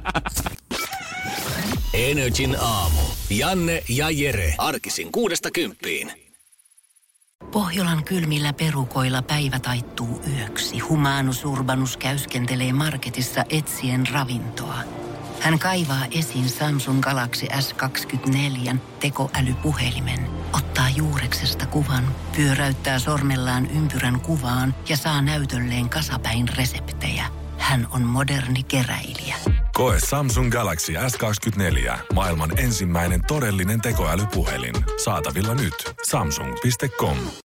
Energin aamu. Janne ja Jere. Arkisin 6–10. Pohjolan kylmillä perukoilla päivä taittuu yöksi. Humanus Urbanus käyskentelee marketissa etsien ravintoa. Hän kaivaa esiin Samsung Galaxy S24 tekoälypuhelimen, ottaa juureksesta kuvan, pyöräyttää sormellaan ympyrän kuvaan ja saa näytölleen kasapäin reseptejä. Hän on moderni keräilijä. Koe Samsung Galaxy S24. Maailman ensimmäinen todellinen tekoälypuhelin. Saatavilla nyt. Samsung.com.